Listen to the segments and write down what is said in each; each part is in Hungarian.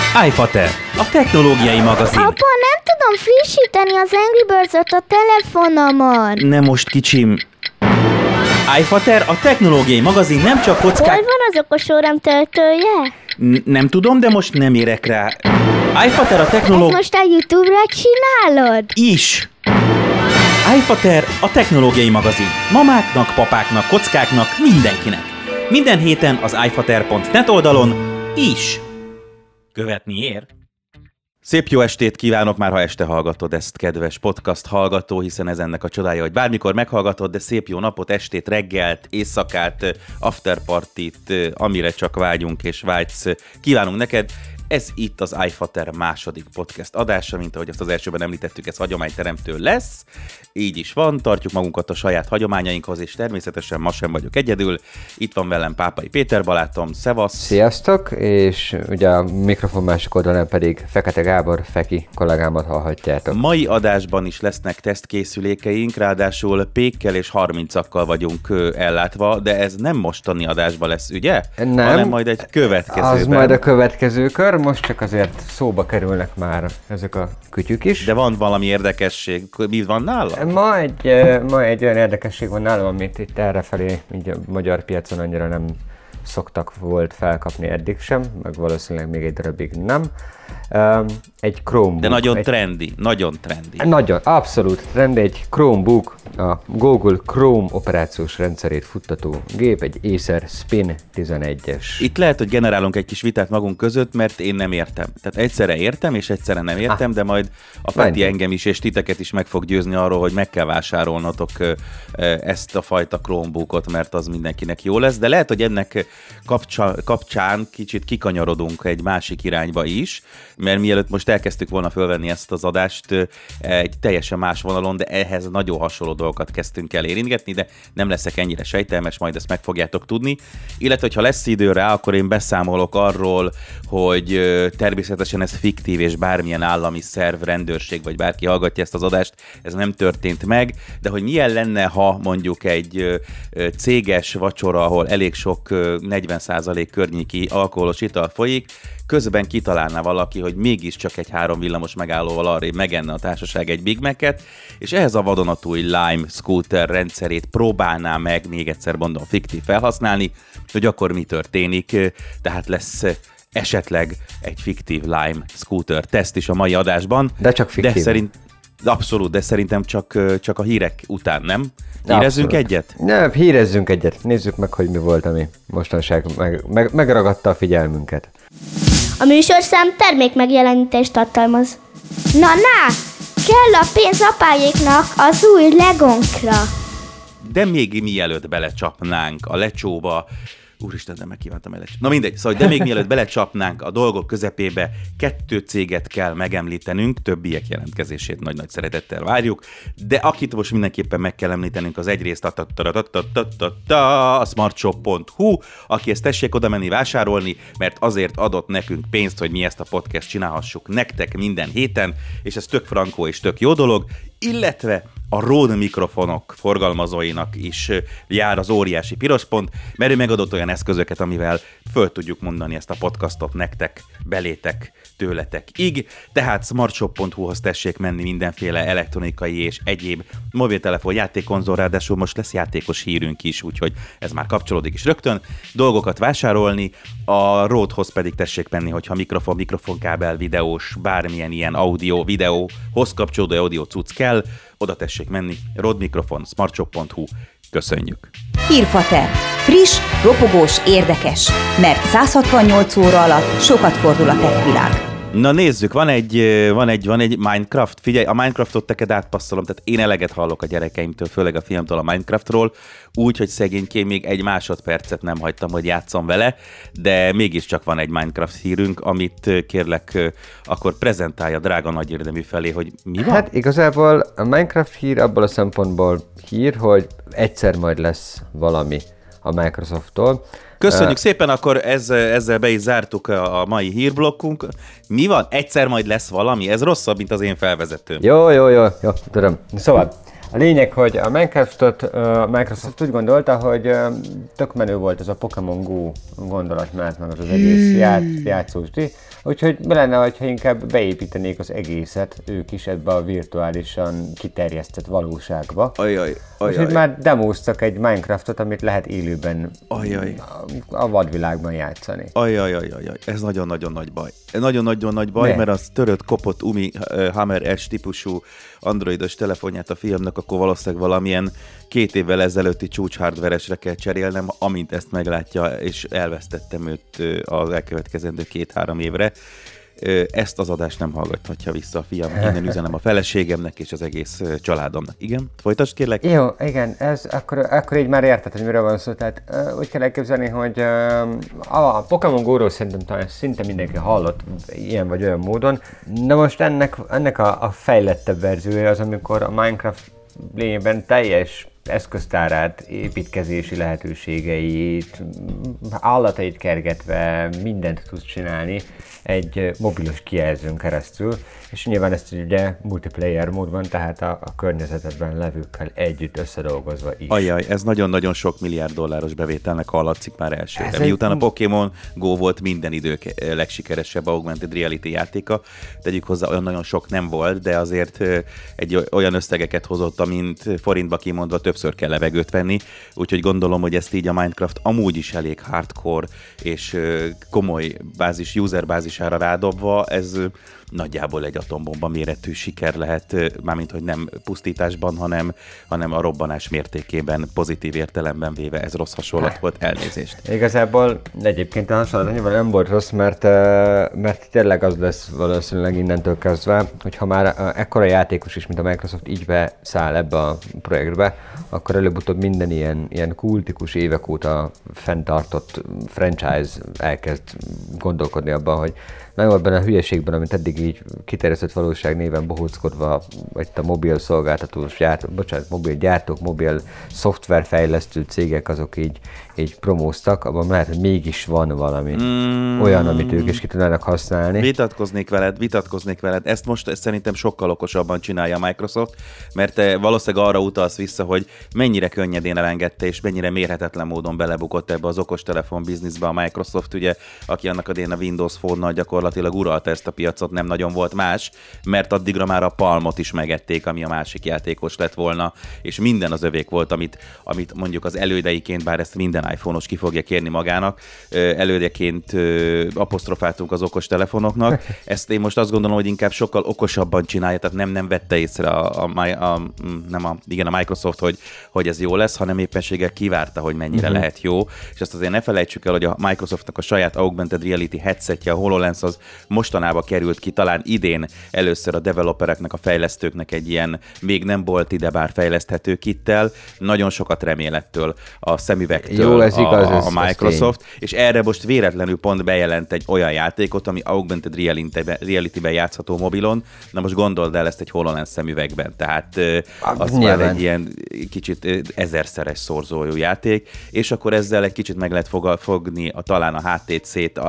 iFater, a technológiai magazin. Apa, nem tudom frissíteni az Angry Birds-ot a telefonomon. Nem most, kicsim. iFater, a technológiai magazin nem csak kockák... Hol van az okos órám töltője? Nem tudom, de most nem érek rá. iFater, a Ezt technológiai... most a YouTube-ra csinálod? Is. iFater, a technológiai magazin. Mamáknak, papáknak, kockáknak, mindenkinek. Minden héten az iFater.net oldalon is. Követni ér. Szép jó estét kívánok, már ha este hallgatod ezt, kedves podcast hallgató, hiszen ez ennek a csodája, hogy bármikor meghallgatod, de szép jó napot, estét, reggelt, éjszakát, afterpartit, amire csak vágyunk és vágysz, kívánunk neked. Ez itt az iFater második podcast adása, mint ahogy azt az elsőben említettük, ez hagyományteremtő lesz. Így is van, tartjuk magunkat a saját hagyományainkhoz, és természetesen ma sem vagyok egyedül. Itt van velem Pápai Péter barátom, szevasz! Sziasztok, és ugye a mikrofon másik oldalán pedig Fekete Gábor, Feki kollégámat hallhatjátok. Mai adásban is lesznek tesztkészülékeink, ráadásul pékkel és 30-akkal vagyunk ellátva, de ez nem mostani adásban lesz, ugye? Nem. Hanem majd egy következőben. Az majd a következő kör, most csak azért szóba kerülnek már ezek a kütyük is. De van valami érdekesség, mi van nála? Ma egy olyan érdekesség van nálam, amit itt errefelé, így a magyar piacon annyira nem szoktak volt felkapni eddig sem, meg valószínűleg még egy darabig nem. Egy Chromebook. De nagyon trendi, nagyon trendi. Nagyon, abszolút trendi, egy Chromebook, a Google Chrome operációs rendszerét futtató gép, egy Acer Spin 11-es. Itt lehet, hogy generálunk egy kis vitát magunk között, mert én nem értem. Tehát egyszerre értem, és egyszerre nem értem, de majd a Peti engem is, és titeket is meg fog győzni arról, hogy meg kell vásárolnatok ezt a fajta Chromebookot, mert az mindenkinek jó lesz. De lehet, hogy ennek kapcsán kicsit kikanyarodunk egy másik irányba is, mert mielőtt most elkezdtük volna fölvenni ezt az adást egy teljesen más vonalon, de ehhez nagyon hasonló dolgokat kezdtünk el érintgetni, de nem leszek ennyire sejtelmes, majd ezt meg fogjátok tudni. Illetve, hogyha lesz idő rá, akkor én beszámolok arról, hogy természetesen ez fiktív, és bármilyen állami szerv, rendőrség, vagy bárki hallgatja ezt az adást, ez nem történt meg, de hogy milyen lenne, ha mondjuk egy céges vacsora, ahol elég sok 40% környéki alkoholos ital folyik, közben kitalálná valaki, hogy mégiscsak egy 3 villamos megállóval arrébb megenne a társaság egy Big Mac-et, és ehhez a vadonatúj Lime scooter rendszerét próbálná meg, még egyszer mondom, fiktív felhasználni, hogy akkor mi történik, tehát lesz esetleg egy fiktív Lime scooter teszt is a mai adásban. De csak fiktív. Abszolút, de szerintem csak a hírek után, nem? Hírezzünk egyet? Ne, hírezzünk egyet. Nézzük meg, hogy mi volt, ami mostanság megragadta a figyelmünket. A műsorszám termékmegjelenítést tartalmaz. Na, kell a pénz apáéknak az új Legonkra. De még mielőtt belecsapnánk a lecsóba, úristen, nem megkívántam el. Na mindegy, szóval, de még mielőtt belecsapnánk a dolgok közepébe, 2 céget kell megemlítenünk, többiek jelentkezését nagy-nagy szeretettel várjuk, de akit most mindenképpen meg kell említenünk, az egyrészt a smartshop.hu, aki ezt tessék oda menni vásárolni, mert azért adott nekünk pénzt, hogy mi ezt a podcast csinálhassuk nektek minden héten, és ez tök frankó és tök jó dolog, illetve a Rode mikrofonok forgalmazóinak is jár az óriási piros pont, mert ő megadott olyan eszközöket, amivel föl tudjuk mondani ezt a podcastot nektek, belétek, tőletekig. Tehát smartshop.hu-hoz tessék menni mindenféle elektronikai és egyéb mobiltelefon játékkonzol, ráadásul most lesz játékos hírünk is, úgyhogy ez már kapcsolódik is rögtön. Dolgokat vásárolni, a Rode-hoz pedig tessék menni, hogyha mikrofonkábel, videós, bármilyen ilyen audio, videóhoz kapcsolódó audio cucc kell, oda tessék menni, Rode mikrofon, smartshop.hu, köszönjük! Hírfater. Friss, ropogós, érdekes, mert 168 óra alatt sokat fordul a tech világ. Na nézzük, van egy Minecraft, figyelj, a Minecraftot teked átpasszolom, tehát én eleget hallok a gyerekeimtől, főleg a fiamtól a Minecraftról, úgy, hogy szegényként még egy másodpercet nem hagytam, hogy játszom vele, de mégiscsak van egy Minecraft hírünk, amit kérlek, akkor prezentálja drága nagy érdemű felé, hogy mi van? Hát igazából a Minecraft hír abból a szempontból hír, hogy egyszer majd lesz valami a Microsofttól. Köszönjük szépen, akkor ezzel be is zártuk a mai hírblokkunkat. Mi van? Egyszer majd lesz valami? Ez rosszabb, mint az én felvezetőm. Jó, tudom. Szóval, a lényeg, hogy a Microsoft úgy gondolta, hogy tök menő volt ez a Pokémon Go gondolat, mert meg az egész játszósdi, Úgyhogy mi lenne, ha inkább beépítenék az egészet ők is ebbe a virtuálisan kiterjesztett valóságba. Úgyhogy már demóztak egy Minecraftot, amit lehet élőben a vadvilágban játszani. Ez nagyon-nagyon nagy baj. Nagyon-nagyon nagy baj, mert az törött, kopott Umi Hammer S típusú androidos telefonját a fiamnak, akkor valószínűleg valamilyen 2 évvel ezelőtti csúcs hardveresre kell cserélnem, amint ezt meglátja, és elvesztettem őt az elkövetkezendő 2-3 évre. Ezt az adást nem hallgathatja vissza a fiam. Innen üzenem a feleségemnek és az egész családomnak. Igen? Folytasd kérlek? Jó, igen, ez akkor így már érted, hogy miről van szó. Tehát úgy kell elképzelni, hogy a Pokémon Go-ról szerintem talán szinte mindenki hallott ilyen vagy olyan módon. Na most ennek a fejlettebb verziója az, amikor a Minecraft lényegben teljes eszköztárát, építkezési lehetőségeit, állatait kergetve mindent tudsz csinálni egy mobilos kijelzőn keresztül, és nyilván ezt ugye multiplayer módban, tehát a környezetedben levőkkel együtt összedolgozva is. Ajaj, ez nagyon-nagyon sok milliárd dolláros bevételnek hallatszik már elsőre. Miután a Pokémon Go volt minden idők legsikeresebb augmented reality játéka, tegyük hozzá, olyan nagyon sok nem volt, de azért egy olyan összegeket hozott, amint forintba kimondva többször kell levegőt venni, úgyhogy gondolom, hogy ezt így a Minecraft amúgy is elég hardcore és komoly user bázisára rádobva, ez nagyjából egy atombomba méretű siker lehet, mármint hogy nem pusztításban, hanem a robbanás mértékében, pozitív értelemben véve. Ez rossz hasonlat volt, elnézést. Igazából egyébként a hasonlat nyilván nem volt rossz, mert tényleg az lesz valószínűleg innentől kezdve, hogyha már ekkora játékos is, mint a Microsoft így beszáll ebbe a projektbe, akkor előbb-utóbb minden ilyen kultikus évek óta fenntartott franchise elkezd gondolkodni abban, hogy na jó, ebben a hülyeségben, amit eddig így kiterjesztett valóság néven bohóckodva, vagy a mobil szolgáltatós, mobil gyártók, mobil szoftverfejlesztő cégek, azok így promóztak, abban lehet, hogy mégis van valami olyan, amit ők is ki tudnának használni. Vitatkoznék veled. Ezt most szerintem sokkal okosabban csinálja a Microsoft, mert te valószínűleg arra utalsz vissza, hogy mennyire könnyedén elengedte, és mennyire mérhetetlen módon belebukott ebbe az okostelefon bizniszbe a Microsoft, ugye, aki annak idején a Windows Phone-nal gyakorlatilag uralta ezt a piacot, nem nagyon volt más, mert addigra már a Palmot is megették, ami a másik játékos lett volna, és minden az övék volt, amit mondjuk az elődeiként, bár ezt minden iPhone-os ki fogja kérni magának, elődeként apostrofáltunk az okos telefonoknak. Ezt én most azt gondolom, hogy inkább sokkal okosabban csinálja, tehát nem vette észre a Microsoft, hogy ez jó lesz, hanem éppenséggel kivárta, hogy mennyire lehet jó. És azt azért ne felejtsük el, hogy a Microsoftnak a saját augmented reality headsetje, a HoloLens, az mostanában került ki, talán idén először a developereknek, a fejlesztőknek egy ilyen még nem volt ide bár fejleszthető kittel. Nagyon sokat remél ettől a szemüvegtől jó, ez igaz, a Microsoft, és erre most véletlenül pont bejelent egy olyan játékot, ami augmented reality-ben játszható mobilon. Na most gondold el ezt egy HoloLens szemüvegben, tehát az már egy ilyen kicsit 1000-szeres szorzójú játék, és akkor ezzel egy kicsit meg lehet fogni talán a HTC-t,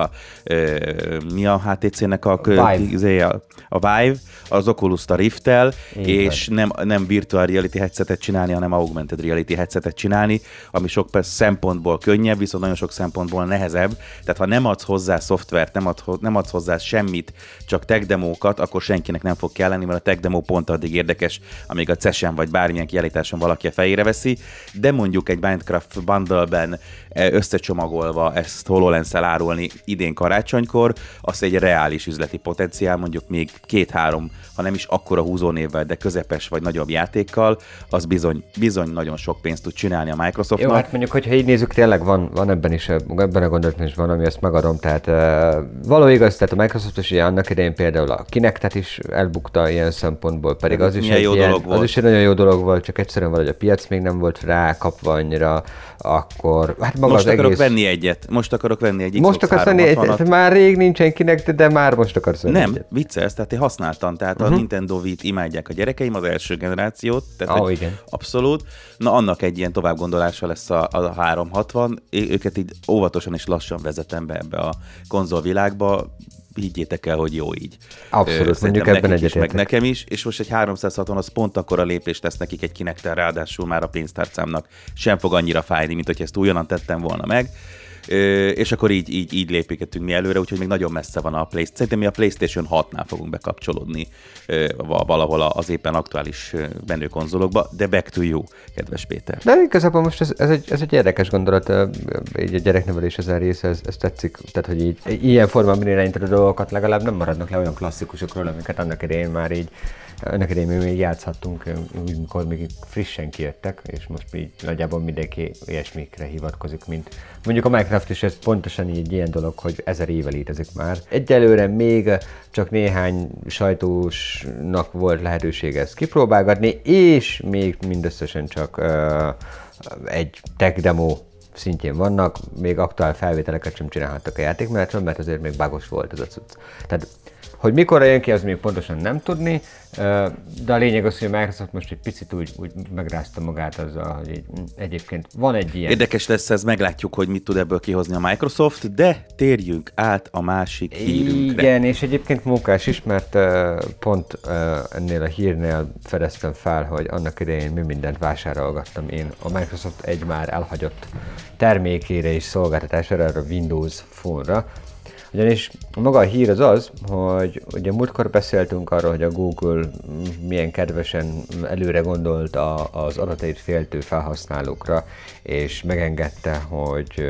mi a HTC-nek a Vive, az Oculus-t a Rift-tel, és nem virtual reality headsetet csinálni, hanem augmented reality headsetet csinálni, ami sok szempontból könnyebb, viszont nagyon sok szempontból nehezebb. Tehát ha nem adsz hozzá szoftvert, nem adsz hozzá semmit, csak tech demókat, akkor senkinek nem fog kelleni, mert a tech demo pont addig érdekes, amíg a CES-en vagy bármilyen kiállításon valaki a fejére veszi, de mondjuk egy Minecraft bundle-ben összecsomagolva ezt HoloLens-szel árulni idén karácsonykor, az egy reális üzleti potenciál, mondjuk még 2-3, ha nem is akkora húzónévvel, de közepes vagy nagyobb játékkal, az bizony nagyon sok pénzt tud csinálni a Microsoftnak. Jó, hát mondjuk, hogyha így nézzük, tényleg van ebben is, ebben a gondolatban is van, ami ezt megadom, tehát való igaz, tehát a Microsoft is ugye annak idején például a Kinectet is elbukta ilyen szempontból, pedig az is egy nagyon jó dolog volt, csak egyszerűen valahogy a piac még nem volt rá kapva annyira, akkor hát maga most az akarok egész... venni egyet. Most akarok venni egy Most akarsz venni egyet, már rég nincsen Kinect, de már most akarsz venni Nem, viccelsz, tehát én használtam, tehát a Nintendo Wii-t imádják a gyerekeim, az első generációt, tehát igen. Abszolút. Na annak egy ilyen továbbgondolása lesz a 360, őket így óvatosan és lassan vezetem be ebbe a konzolvilágba, higgyétek el, hogy jó így. Abszolút, mondjuk ebben egyetértek. Meg nekem is, és most egy 360 az pont akkora lépést tesz nekik egy Kinecten, ráadásul már a pénztárcámnak sem fog annyira fájni, mint hogy ezt újonnan tettem volna meg. És akkor így lépiketünk mi előre, úgyhogy még nagyon messze van a PlayStation. Szerintem mi a PlayStation 6-nál fogunk bekapcsolódni valahol az éppen aktuális menő konzolokba, de back to you, kedves Péter. De igazából most ez egy érdekes gondolat, így a gyereknevelés ezen része, ez tetszik, tehát hogy így ilyen formában irányítod a dolgokat, legalább nem maradnak le olyan klasszikusokról, amiket annak idején már így mi még játszhattunk, amikor még frissen kijöttek, és most így nagyjából mindenki ilyesmikre hivatkozik, mint mondjuk a Minecraft is, ez pontosan így ilyen dolog, hogy 1000 éve létezik már. Egyelőre még csak néhány sajtósnak volt lehetősége ezt kipróbálgatni, és még mindösszesen csak egy tech demo szintjén vannak, még aktuál felvételeket sem csinálhattak a játékmenetről, mert azért még bugos volt ez a cucc. Tehát, hogy mikor jön ki, az még pontosan nem tudni, de a lényeg az, hogy a Microsoft most egy picit úgy megrázta magát azzal, hogy így, egyébként van egy ilyen... Érdekes lesz ez, meglátjuk, hogy mit tud ebből kihozni a Microsoft, de térjünk át a másik hírünkre. Igen, és egyébként mókás is, mert pont ennél a hírnél fedeztem fel, hogy annak idején mi mindent vásárolgattam én a Microsoft egy már elhagyott termékére és szolgáltatására, a Windows Phone-ra. Ugyanis maga a hír az, hogy ugye múltkor beszéltünk arról, hogy a Google milyen kedvesen előre gondolt az adatait féltő felhasználókra, és megengedte, hogy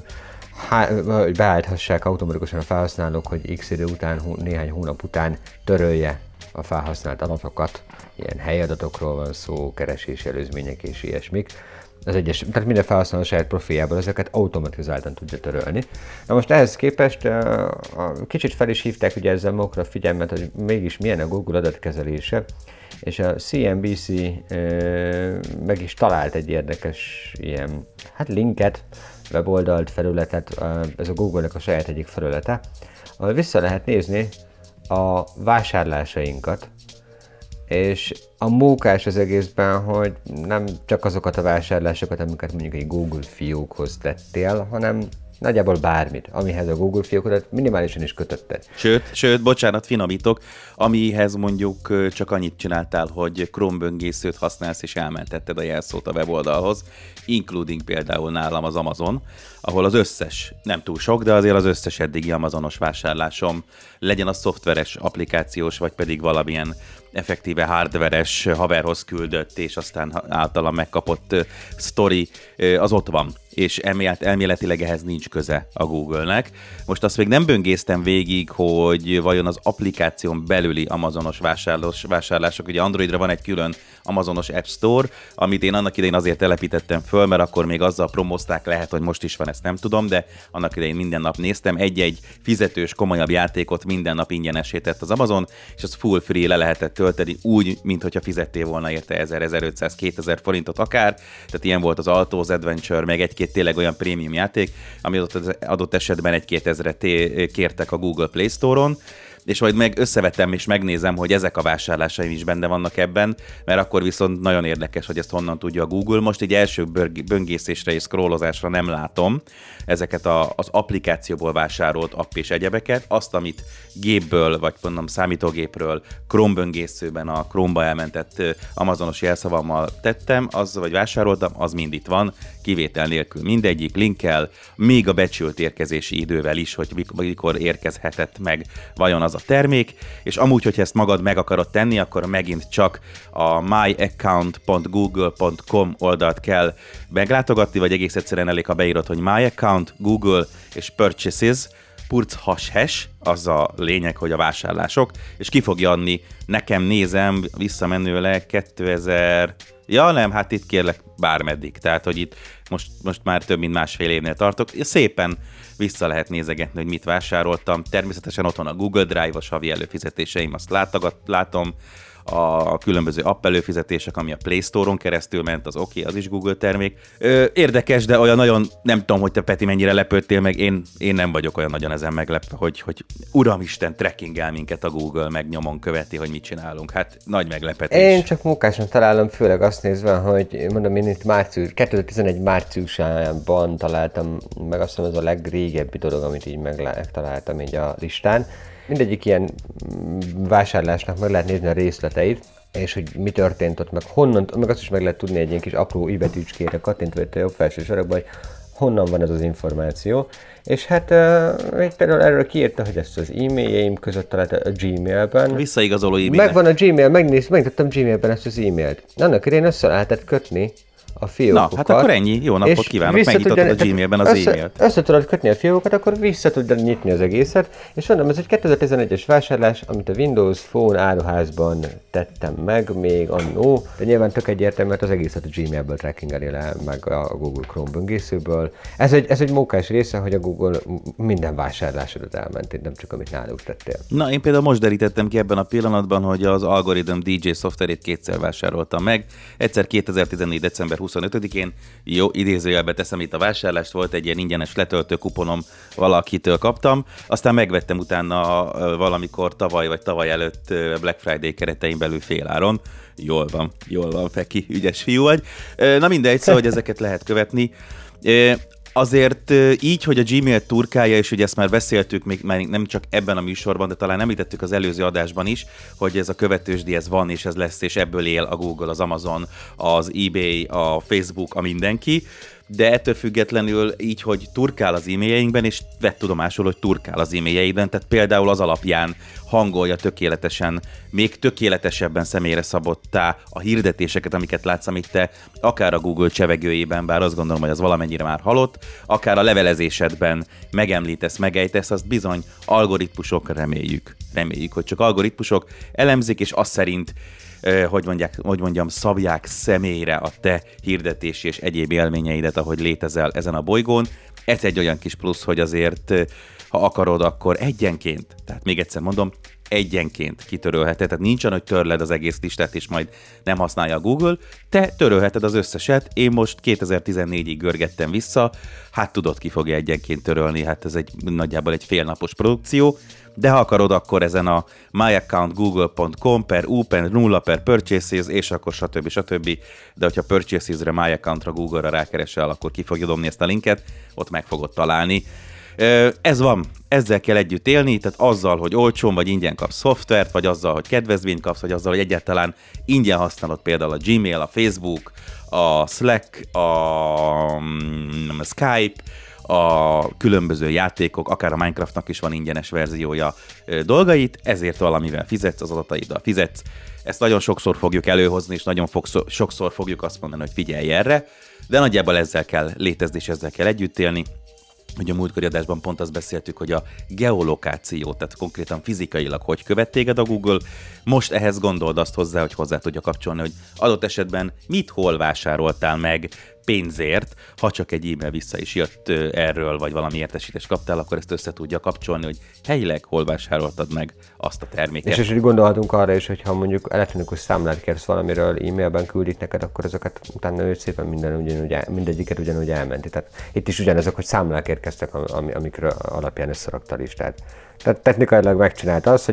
beállíthassák automatikusan a felhasználók, hogy x idő után, néhány hónap után törölje a felhasznált adatokat. Ilyen helyadatokról van szó, keresési előzmények és ilyesmik. Tehát minden felhasználó saját profiljából ezeket automatizáltan tudja törölni. Na most ehhez képest kicsit fel is hívták ugye ezzel magukra a figyelmet, hogy mégis milyen a Google adatkezelése, és a CNBC meg is talált egy érdekes ilyen, linket, weboldalt, felületet, ez a Google-nek a saját egyik felülete, ahol vissza lehet nézni a vásárlásainkat, és a mókás az egészben, hogy nem csak azokat a vásárlásokat, amiket mondjuk egy Google fiókhoz tettél, hanem nagyjából bármit, amihez a Google fiókodat minimálisan is kötötted. Sőt, bocsánat, finomítok, amihez mondjuk csak annyit csináltál, hogy Chrome böngészőt használsz és elmentetted a jelszót a weboldalhoz, including például nálam az Amazon, ahol az összes, nem túl sok, de azért az összes eddigi Amazonos vásárlásom, legyen a szoftveres, applikációs, vagy pedig valamilyen effektíve hardveres haverhoz küldött, és aztán általam megkapott sztori, az ott van, és elméletileg ehhez nincs köze a Google-nek. Most azt még nem böngésztem végig, hogy vajon az applikáción belüli Amazonos vásárlások, ugye Androidra van egy külön Amazonos App Store, amit én annak idején azért telepítettem föl, mert akkor még azzal promózták, lehet, hogy most is van, ezt nem tudom, de annak idején minden nap néztem, egy-egy fizetős, komolyabb játékot minden nap ingyenessé tett az Amazon, és az full free le lehetett tölteni úgy, mintha fizettél volna érte 1000-1500-2000 forintot akár, tehát ilyen volt az Alto's Adventure, meg egy-két tényleg olyan prémium játék, ami adott esetben 1-2 ezret kértek a Google Play Store-on, és majd meg összevetem és megnézem, hogy ezek a vásárlásaim is benne vannak ebben, mert akkor viszont nagyon érdekes, hogy ezt honnan tudja a Google. Most egy első böngészésre és scrollozásra nem látom ezeket az applikációból vásárolt app és egyebeket. Azt, amit gépből, vagy mondom számítógépről, Chrome böngészőben a Chrome-ba elmentett Amazonos jelszavammal tettem, vagy vásároltam, az mind itt van, kivétel nélkül mindegyik, linkkel, még a becsült érkezési idővel is, hogy mikor érkezhetett meg vajon az a termék, és amúgy, hogyha ezt magad meg akarod tenni, akkor megint csak a myaccount.google.com oldalt kell meglátogatni, vagy egész egyszerűen elég, ha beírod, hogy myaccount, Google és purchases, #, az a lényeg, hogy a vásárlások, és ki fogja adni, nekem nézem, visszamenőleg 2000... Ja nem, hát itt kérlek bármeddig, tehát hogy itt most már több mint másfél évnél tartok, szépen vissza lehet nézegetni, hogy mit vásároltam, természetesen ott van a Google Drive-os havi előfizetéseim, azt látom, a különböző app előfizetések, ami a Play Store-on keresztül ment, az oké, az is Google termék. Érdekes, de olyan nagyon, nem tudom, hogy te Peti mennyire lepődtél meg, én nem vagyok olyan nagyon ezen meglepve, hogy uramisten, trackingel minket a Google, meg nyomon követi, hogy mit csinálunk. Hát nagy meglepetés. Én csak mókásan találom, főleg azt nézve, hogy mondom, én itt 2011 márciusában találtam, meg azt hiszem ez a legrégebbi dolog, amit így megtaláltam így a listán. Mindegyik ilyen vásárlásnak meg lehet nézni a részleteit, és hogy mi történt ott, meg honnan, meg azt is meg lehet tudni egy ilyen kis apró i-betűcskére kattintva itt a jobb felső sarokban, hogy honnan van ez az információ. És hát például erről kiírta, hogy ezt az e-mailjeim között talált a Gmailben. Visszaigazoló e-mail. Megvan a Gmail, megnyitottam Gmailben ezt az e-mailt. Annak idején össze lehetett kötni a fiókokat. Na, hát akkor ennyi. Jó napot kívánok, megnyitottad a Gmailben az e-mailt. Össze tudod kötni a fiókokat, akkor vissza tudod nyitni az egészet. És mondom, ez egy 2011-es vásárlás, amit a Windows Phone áruházban tettem meg még annó. De nyilván tök egyértelmű, mert az egészet a Gmailből trackingeli le, meg a Google Chrome böngészőből. Ez egy mókás része, hogy a Google minden vásárlásodat elment, nem csak amit náluk tettél. Na, én például most derítettem ki ebben a pillanatban, hogy az Algorithm DJ szoftverét kétszer vásároltam meg. Egyszer 2014. december 25-én, jó, idézőjelbe teszem itt a vásárlást, volt egy ilyen ingyenes letöltő kuponom, valakitől kaptam, aztán megvettem utána valamikor tavaly vagy tavaly előtt Black Friday keretein belül féláron. Jól van, Feki, ügyes fiú vagy. Na mindegy, szóval, hogy ezeket lehet követni. Azért így, hogy a Gmail turkálja, és ugye ezt már beszéltük, még nem csak ebben a műsorban, de talán említettük az előző adásban is, hogy ez a követősdi, ez van, és ez lesz, és ebből él a Google, az Amazon, az eBay, a Facebook, a mindenki. De ettől függetlenül így, hogy turkál az e-mailjeinkben, és vett tudomásul, hogy turkál az e-mailjeiben, tehát például az alapján hangolja tökéletesen, még tökéletesebben személyre szabottá a hirdetéseket, amiket látsz, amit te akár a Google csevegőjében, bár azt gondolom, hogy az valamennyire már halott, akár a levelezésedben megemlítesz, megejtesz, azt bizony algoritmusok, reméljük, hogy csak algoritmusok elemzik, és azt szerint hogy mondjam, szabják személyre a te hirdetési és egyéb élményeidet, ahogy létezel ezen a bolygón. Ez egy olyan kis plusz, hogy azért, ha akarod, akkor egyenként, tehát még egyszer mondom, egyenként kitörölheted, tehát nincsen, hogy törled az egész listát, és majd nem használja a Google, te törölheted az összeset, én most 2014-ig görgettem vissza, hát tudod, ki fogja egyenként törölni, hát ez nagyjából egy félnapos produkció, de ha akarod, akkor ezen a myaccountgoogle.com/u/0/purchases, és akkor stb. De hogyha purchases-re, myaccountra, Google-ra rákeresel, akkor ki fogja dobni ezt a linket, ott meg fogod találni. Ez van, ezzel kell együtt élni, tehát azzal, hogy olcsón vagy ingyen kapsz szoftvert, vagy azzal, hogy kedvezményt kapsz, vagy azzal, hogy egyáltalán ingyen használod például a Gmail, a Facebook, a Slack, a Skype, a különböző játékok, akár a Minecraftnak is van ingyenes verziója dolgait, ezért valamivel fizetsz, az adataiddal fizetsz. Ezt nagyon sokszor fogjuk előhozni, és nagyon sokszor fogjuk azt mondani, hogy figyelj erre, de nagyjából ezzel kell létezni, és ezzel kell együtt élni. Ugye a múltkori adásban pont azt beszéltük, hogy a geolokáció, tehát konkrétan fizikailag hogy követ téged a Google, most ehhez gondold azt hozzá, hogy hozzá tudja kapcsolni, hogy adott esetben mit hol vásároltál meg pénzért, ha csak egy e-mail vissza is jött erről, vagy valami értesítést kaptál, akkor ezt össze tudja kapcsolni, hogy helyileg hol vásároltad meg azt a terméket. És úgy gondolhatunk arra is, hogy ha mondjuk elektronikus számlát kérsz valamiről, e-mailben küldik neked, akkor azokat utána ő szépen mindegyiket ugyanúgy elmenti. Tehát itt is ugyanazok, hogy számlák érkeztek, amikről alapján összerakta a listát. Tehát technikailag megcsinálta azt, hogy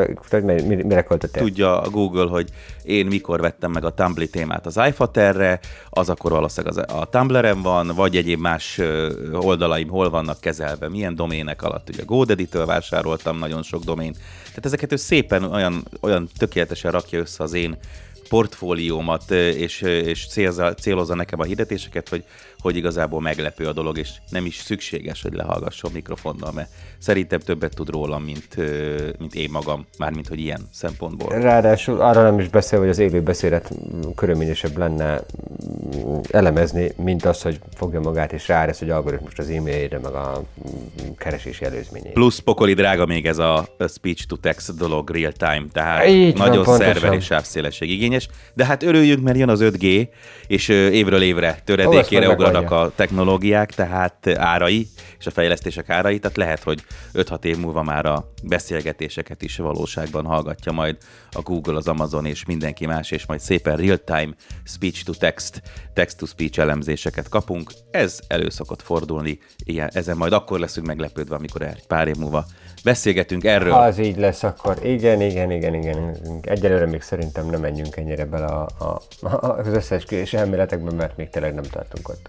mire költöttél. Tudja a Google, hogy én mikor vettem meg a Tumblr témát az iFaterre, az akkor valószínűleg a Tumblr-en van, vagy egyéb más oldalaim hol vannak kezelve, milyen domének alatt. Ugye GoDaddy-től vásároltam nagyon sok domént. Tehát ezeket ő szépen olyan tökéletesen rakja össze az én portfóliómat, és célozza nekem a hirdetéseket, hogy igazából meglepő a dolog, és nem is szükséges, hogy lehallgasson mikrofonnal, mert szerintem többet tud rólam, mint én magam, mármint, hogy ilyen szempontból. Ráadásul arra nem is beszél, hogy az élő beszédet körülményesebb lenne elemezni, mint az, hogy fogja magát és ráállsz, hogy algoritmus az e-mailjére, meg a keresési előzményére. Plusz pokoli drága még ez a speech-to-text dolog real-time, tehát így nagyon van, szerver és sávszélesség igényes, de hát örüljünk, mert jön az 5G, és évről évre töredékére ugranak a technológiák, tehát árai, és a fejlesztések árai, tehát lehet, hogy 5-6 év múlva már a beszélgetéseket is valóságban hallgatja majd a Google, az Amazon és mindenki más, és majd szépen real-time speech-to-text, text-to-speech elemzéseket kapunk. Ez elő szokott fordulni, ezen majd akkor leszünk meglepődve, amikor egy pár év múlva beszélgetünk erről. Ha az így lesz, akkor igen. Egyelőre még szerintem nem menjünk ennyire bele az összeesküvés elméletekben, mert még tényleg nem tartunk ott.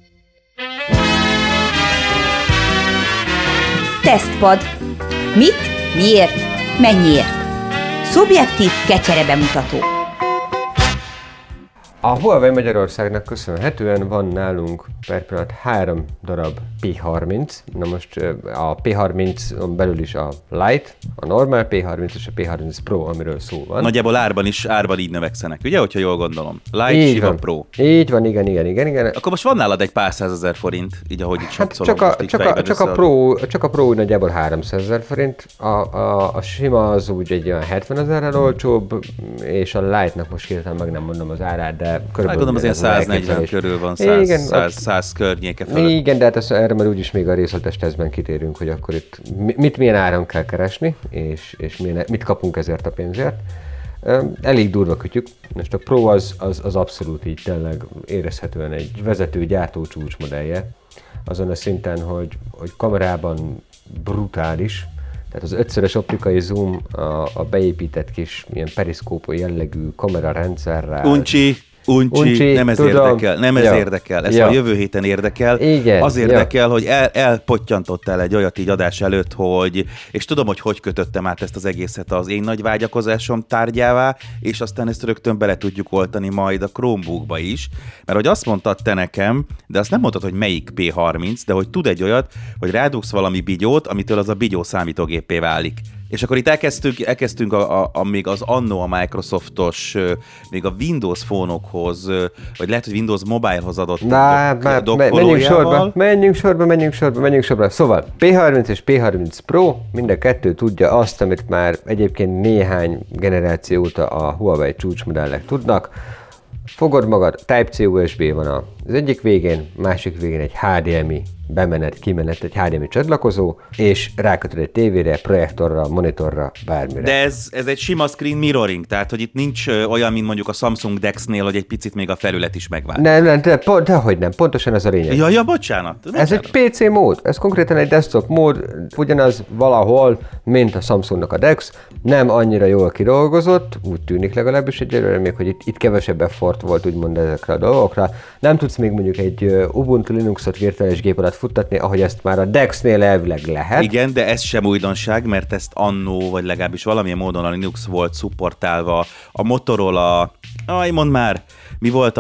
Tesztpad. Mit, miért, mennyiért? Szubjektív kecsere bemutató. A Huawei Magyarországnak köszönhetően van nálunk per pillanat 3 darab P30. Na most a P30-on belül is a Lite, a normál P30 és a P30 Pro, amiről szó van. Nagyjából árban így növekszenek, ugye, hogyha jól gondolom? Lite, Siva, Pro. Így van, igen. Akkor most van nálad egy pár 100 000 forint, így ahogy itt satszolom. Csak a Pro úgy nagyjából 300 000 forint, a sima az úgy egy olyan 70 000-rel olcsóbb, és a Lite-nak most hirtelen meg nem mondom az árát, de körülbelül... Gondolom azért 140 körül van, 100 környéke felett. Igen, de hát erre már úgyis még a részletes tesztben kitérünk, hogy akkor itt milyen áron kell keresni, és mit kapunk ezért a pénzért. Elég durva kütyük. Most a Pro az abszolút így tényleg érezhetően egy vezető gyártó csúcsmodellje. Azon a szinten, hogy kamerában brutális, tehát az 5-szörös optikai zoom, a beépített kis ilyen periszkópó jellegű kamerarendszerrel. Uncsi, nem ez érdekel, ez a jövő héten érdekel. Igen, az érdekel, hogy elpottyantottál egy olyat így adás előtt, és tudom, hogy kötöttem át ezt az egészet az én nagy vágyakozásom tárgyává, és aztán ezt rögtön bele tudjuk oltani majd a Chromebookba is, mert hogy azt mondtad te nekem, de azt nem mondtad, hogy melyik P30, de hogy tud egy olyat, hogy rádugsz valami bigyót, amitől az a bigyó számítógépé válik. És akkor itt elkezdtünk még az annó a Microsoftos, még a Windows fónokhoz, vagy lehet, hogy Windows Mobilehoz adott dokkolójával. Menjünk sorba. Szóval P30 és P30 Pro mind a kettő tudja azt, amit már egyébként néhány generáció óta a Huawei csúcsmodellek tudnak. Fogod magad, Type-C USB van az egyik végén, másik végén egy HDMI kimenet, egy HDMI csatlakozó, és rákötöd egy tévére, projektorra, monitorra, bármire. De ez egy sima screen mirroring, tehát hogy itt nincs olyan, mint mondjuk a Samsung DeX-nél, hogy egy picit még a felület is megváltozik. Dehogy nem, pontosan ez a lényeg. Ja, bocsánat. Ez egy PC mód, ez konkrétan egy desktop mód, ugyanaz valahol, mint a Samsungnak a DeX, nem annyira jól kidolgozott, úgy tűnik legalábbis egyelőre még, hogy itt kevesebb effort volt úgymond ezekre a dolgokra. Nem tudsz még mondjuk egy Ubuntu Linuxot virtuális gép alatt futtatni, ahogy ezt már a DeX-nél elvileg lehet. Igen, de ez sem újdonság, mert ezt annó, vagy legalábbis valamilyen módon a Linux volt szupportálva. A Motorola, mondd már, mi volt a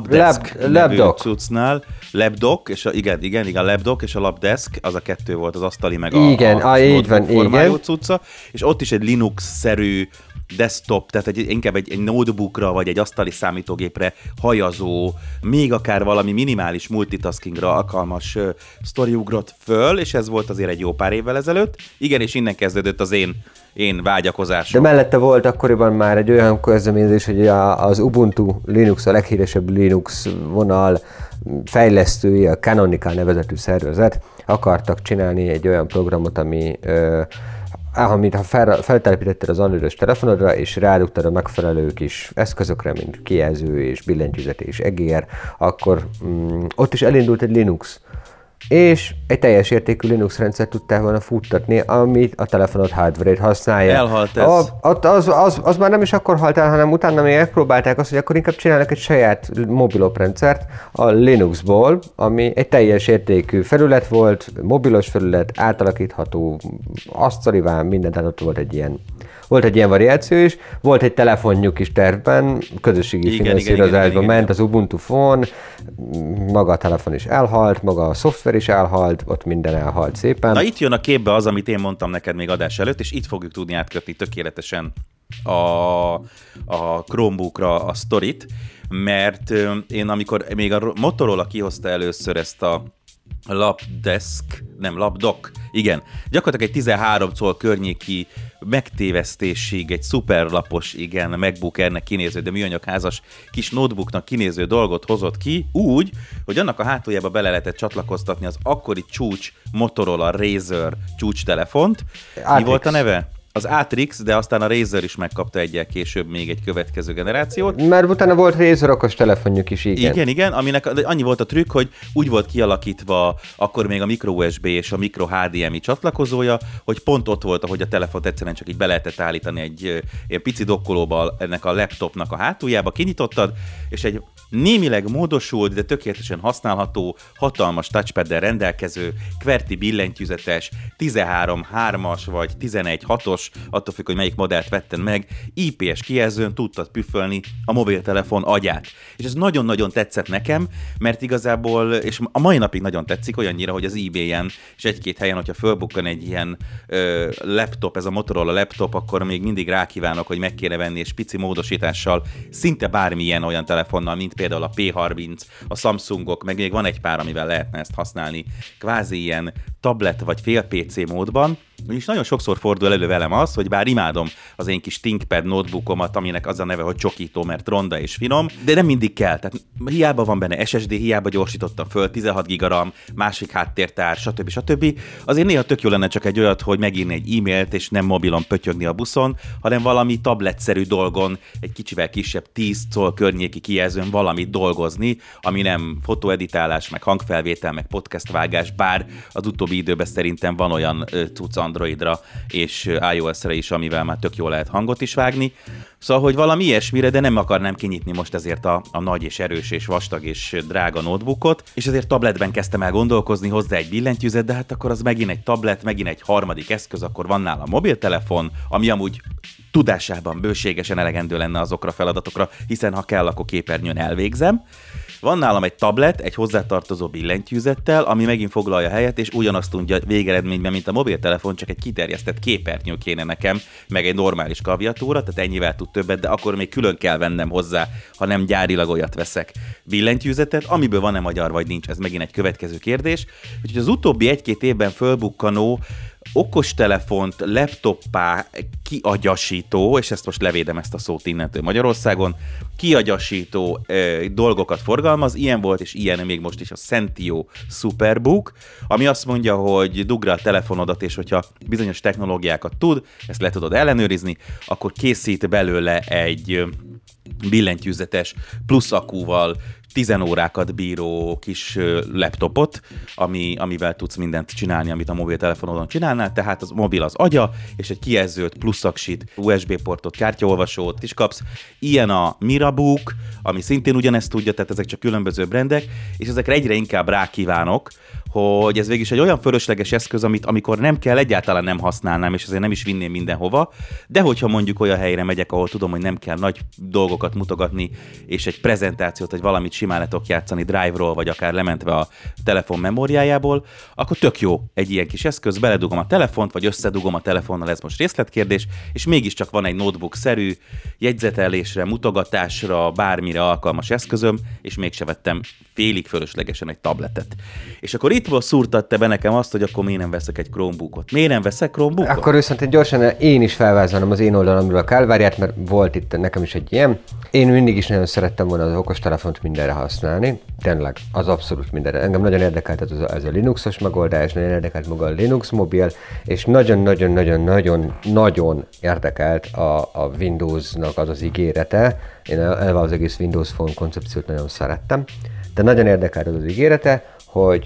Labdock cuccnál? Labdock, és a Labdock és a Labdesk, az a kettő volt az asztali meg a formájú cucca, és ott is egy Linux-szerű desktop, tehát inkább egy notebookra vagy egy asztali számítógépre hajazó, még akár valami minimális multitaskingra alkalmas sztori ugrott föl, és ez volt azért egy jó pár évvel ezelőtt. Igen, és innen kezdődött az én vágyakozásom. De mellette volt akkoriban már egy olyan kezdeményezés, hogy az Ubuntu Linux, a leghíresebb Linux vonal fejlesztői, a Canonical nevezetű szervezet akartak csinálni egy olyan programot, amit ha feltelepítetted az Androidos telefonodra, és rádugtad a megfelelő kis eszközökre, mint kijelző és billentyűzet és egér, akkor ott is elindult egy Linux. És egy teljes értékű Linux rendszert tudtál volna futtatni, amit a telefonod hardware-ét használja. Elhalt ez. Az már nem is akkor halt el, hanem utána még megpróbálták azt, hogy akkor inkább csinálnak egy saját mobiloprendszert a Linuxból, ami egy teljes értékű felület volt, mobilos felület, átalakítható, asztaliván, mindent, tehát ott volt egy ilyen variáció is, volt egy telefonjuk is tervben, közösségi finanszírozásban ment az Ubuntu Phone, maga a telefon is elhalt, maga a szoftver is elhalt, ott minden elhalt szépen. Na itt jön a képbe az, amit én mondtam neked még adás előtt, és itt fogjuk tudni átkötni tökéletesen a Chromebookra a sztorit, mert én amikor még a Motorola kihozta először ezt a Labdock, igen. Gyakorlatilag egy 13 coll környéki megtévesztésig egy szuperlapos, igen, MacBook Air-nek kinéző, de műanyagházas kis notebooknak kinéző dolgot hozott ki, úgy, hogy annak a hátuljába bele lehetett csatlakoztatni az akkori csúcs Motorola Razr csúcstelefont. Mi volt a neve? Az Atrix, de aztán a Razer is megkapta egyel később még egy következő generációt. Mert utána volt Razer okos telefonjuk is, igen. Igen, aminek annyi volt a trükk, hogy úgy volt kialakítva akkor még a micro USB és a micro HDMI csatlakozója, hogy pont ott volt, ahogy a telefont egyszerűen csak így be lehetett állítani egy pici dokkolóba ennek a laptopnak a hátuljába, kinyitottad, és egy némileg módosult, de tökéletesen használható, hatalmas touchpaddel rendelkező, QWERTY billentyűzetes, 13.3-as vagy 11.6-os, attól függ, hogy melyik modellt vetted meg, IPS kijelzőn tudtad püfölni a mobiltelefon agyát. És ez nagyon-nagyon tetszett nekem, mert igazából, és a mai napig nagyon tetszik, olyannyira, hogy az eBay-en és egy-két helyen, hogyha fölbukkan egy ilyen laptop, ez a Motorola laptop, akkor még mindig rákívánok, hogy meg kéne venni, és pici módosítással szinte bármilyen olyan telefonnal, mint például a P30, a Samsungok, meg még van egy pár, amivel lehetne ezt használni, kvázi ilyen tablet vagy fél PC módban. És nagyon sokszor fordul elő velem az, hogy bár imádom az én kis ThinkPad notebookomat, aminek az a neve, hogy csokító, mert ronda és finom, de nem mindig kell. Tehát hiába van benne SSD, hiába gyorsítottam föl, 16 GB RAM, másik háttértár, stb. Azért néha tök jó lenne csak egy olyat, hogy megírni egy e-mailt, és nem mobilon pötyögni a buszon, hanem valami tabletszerű dolgon, egy kicsivel kisebb 10 coll környéki kijelzőn valamit dolgozni, ami nem fotóeditálás, meg hangfelvétel, meg podcast vágás, bár az utóbbi időben szerintem van olyan cucc Androidra és iOS-re is, amivel már tök jól lehet hangot is vágni. Szóval, hogy valami ilyesmire, de nem akarnám kinyitni most ezért a nagy és erős és vastag és drága notebookot, és ezért tabletben kezdtem el gondolkozni, hozzá egy billentyűzet, de hát akkor az megint egy tablet, megint egy harmadik eszköz, akkor van nála mobiltelefon, ami amúgy tudásában bőségesen elegendő lenne azokra a feladatokra, hiszen ha kell, akkor képernyőn elvégzem. Van nálam egy tablet, egy hozzátartozó billentyűzettel, ami megint foglalja helyet, és ugyanazt tudja végeredményben, mint a mobiltelefon, csak egy kiterjesztett képernyő kéne nekem, meg egy normális klaviatúra, tehát ennyivel tud többet, de akkor még külön kell vennem hozzá, ha nem gyárilag olyat veszek billentyűzetet, amiből van-e magyar vagy nincs, ez megint egy következő kérdés. Úgyhogy az utóbbi egy-két évben fölbukkanó okostelefont laptoppá kiagyasító, és ezt most levédem ezt a szót innentől Magyarországon, kiagyasító dolgokat forgalmaz, ilyen volt, és ilyen még most is a Sentio Superbook, ami azt mondja, hogy dugd rá a telefonodat, és hogyha bizonyos technológiákat tud, ezt le tudod ellenőrizni, akkor készít belőle egy billentyűzetes plusz akúval 10 órákat bíró kis laptopot, amivel tudsz mindent csinálni, amit a mobiltelefonodon csinálnál, tehát az mobil az agya, és egy kijelzőt, plusz aksit, USB portot, kártyaolvasót is kapsz. Ilyen a Mirabook, ami szintén ugyanezt tudja, tehát ezek csak különböző brandek, és ezekre egyre inkább rákívánok, hogy ez végig is egy olyan fölösleges eszköz, amit amikor nem kell, egyáltalán nem használnám, és azért nem is vinném mindenhova, de hogyha mondjuk olyan helyre megyek, ahol tudom, hogy nem kell nagy dolgokat mutogatni, és egy prezentációt, vagy valamit simán le tudok játszani Drive-ról, vagy akár lementve a telefon memóriájából, akkor tök jó egy ilyen kis eszköz, beledugom a telefont, vagy összedugom a telefonnal, ez most részletkérdés, és mégiscsak van egy notebook-szerű jegyzetelésre, mutogatásra, bármire alkalmas eszközöm, és mégse vettem félig fölöslegesen egy tabletet. És akkor itt szúrtad te be nekem azt, hogy akkor miért nem veszek egy Chromebookot. Miért nem veszek Chromebookot? Akkor viszont gyorsan én is felvázolom az én oldalamról a kálváriát, mert volt itt nekem is egy ilyen. Én mindig is nagyon szerettem volna az okostelefont mindenre használni. Tényleg, az abszolút mindenre. Engem nagyon érdekelt ez a Linuxos megoldás, nagyon érdekelt maga a Linux mobil, és nagyon-nagyon érdekelt a Windowsnak az ígérete. Én eleve az egész Windows Phone koncepciót nagyon szerettem, de nagyon érdekelt az ígérete, hogy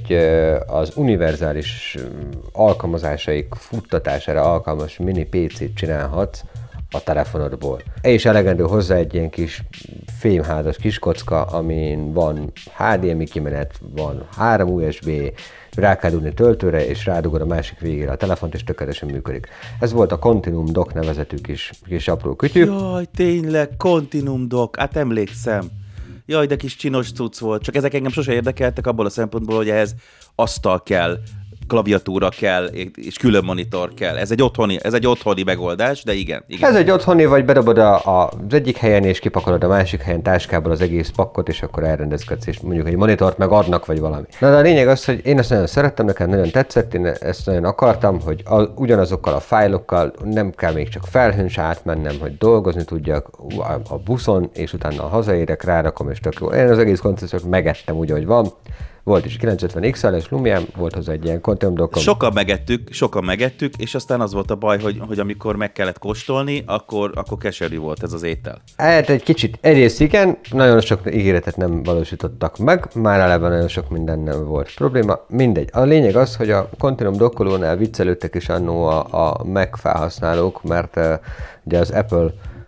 az univerzális alkalmazásaik futtatására alkalmas mini PC-t csinálhatsz a telefonodból. És elegendő hozzá egy ilyen kis fémházas kis kocka, amin van HDMI kimenet, van 3 USB, rá kell dugni töltőre, és rádugod a másik végére a telefont, és tökéletesen működik. Ez volt a Continuum Dock nevezetű kis apró kütyű. Jaj, tényleg, Continuum Dock, hát emlékszem. Jaj, de kis csinos cucc volt. Csak ezek engem sose érdekeltek abból a szempontból, hogy ehhez asztal kell, klaviatúra kell, és külön monitor kell. Ez egy otthoni megoldás, de igen. Ez egy otthoni, vagy bedobod az egyik helyen, és kipakolod a másik helyen táskából az egész pakkot, és akkor elrendezkedsz, és mondjuk egy monitort meg adnak, vagy valami. Na, de a lényeg az, hogy én ezt nagyon szerettem, nekem nagyon tetszett, én ezt nagyon akartam, hogy ugyanazokkal a fájlokkal nem kell még csak felhőn se átmennem, hogy dolgozni tudjak a buszon, és utána hazaérek, rárakom, és tök jó. Én az egész koncepciót megettem úgy, hogy van. Volt is 950 XL-es Lumiám, volt hozzá egy ilyen Continuum Dockom. Sokan megettük, és aztán az volt a baj, hogy amikor meg kellett kóstolni, akkor keserű volt ez az étel. Hát egy kicsit, egyrészt igen, nagyon sok ígéretet nem valósítottak meg, már eleve nagyon sok minden nem volt probléma, mindegy. A lényeg az, hogy a Continuum Dockolónál viccelődtek is annó a Mac felhasználók, mert ugye az Apple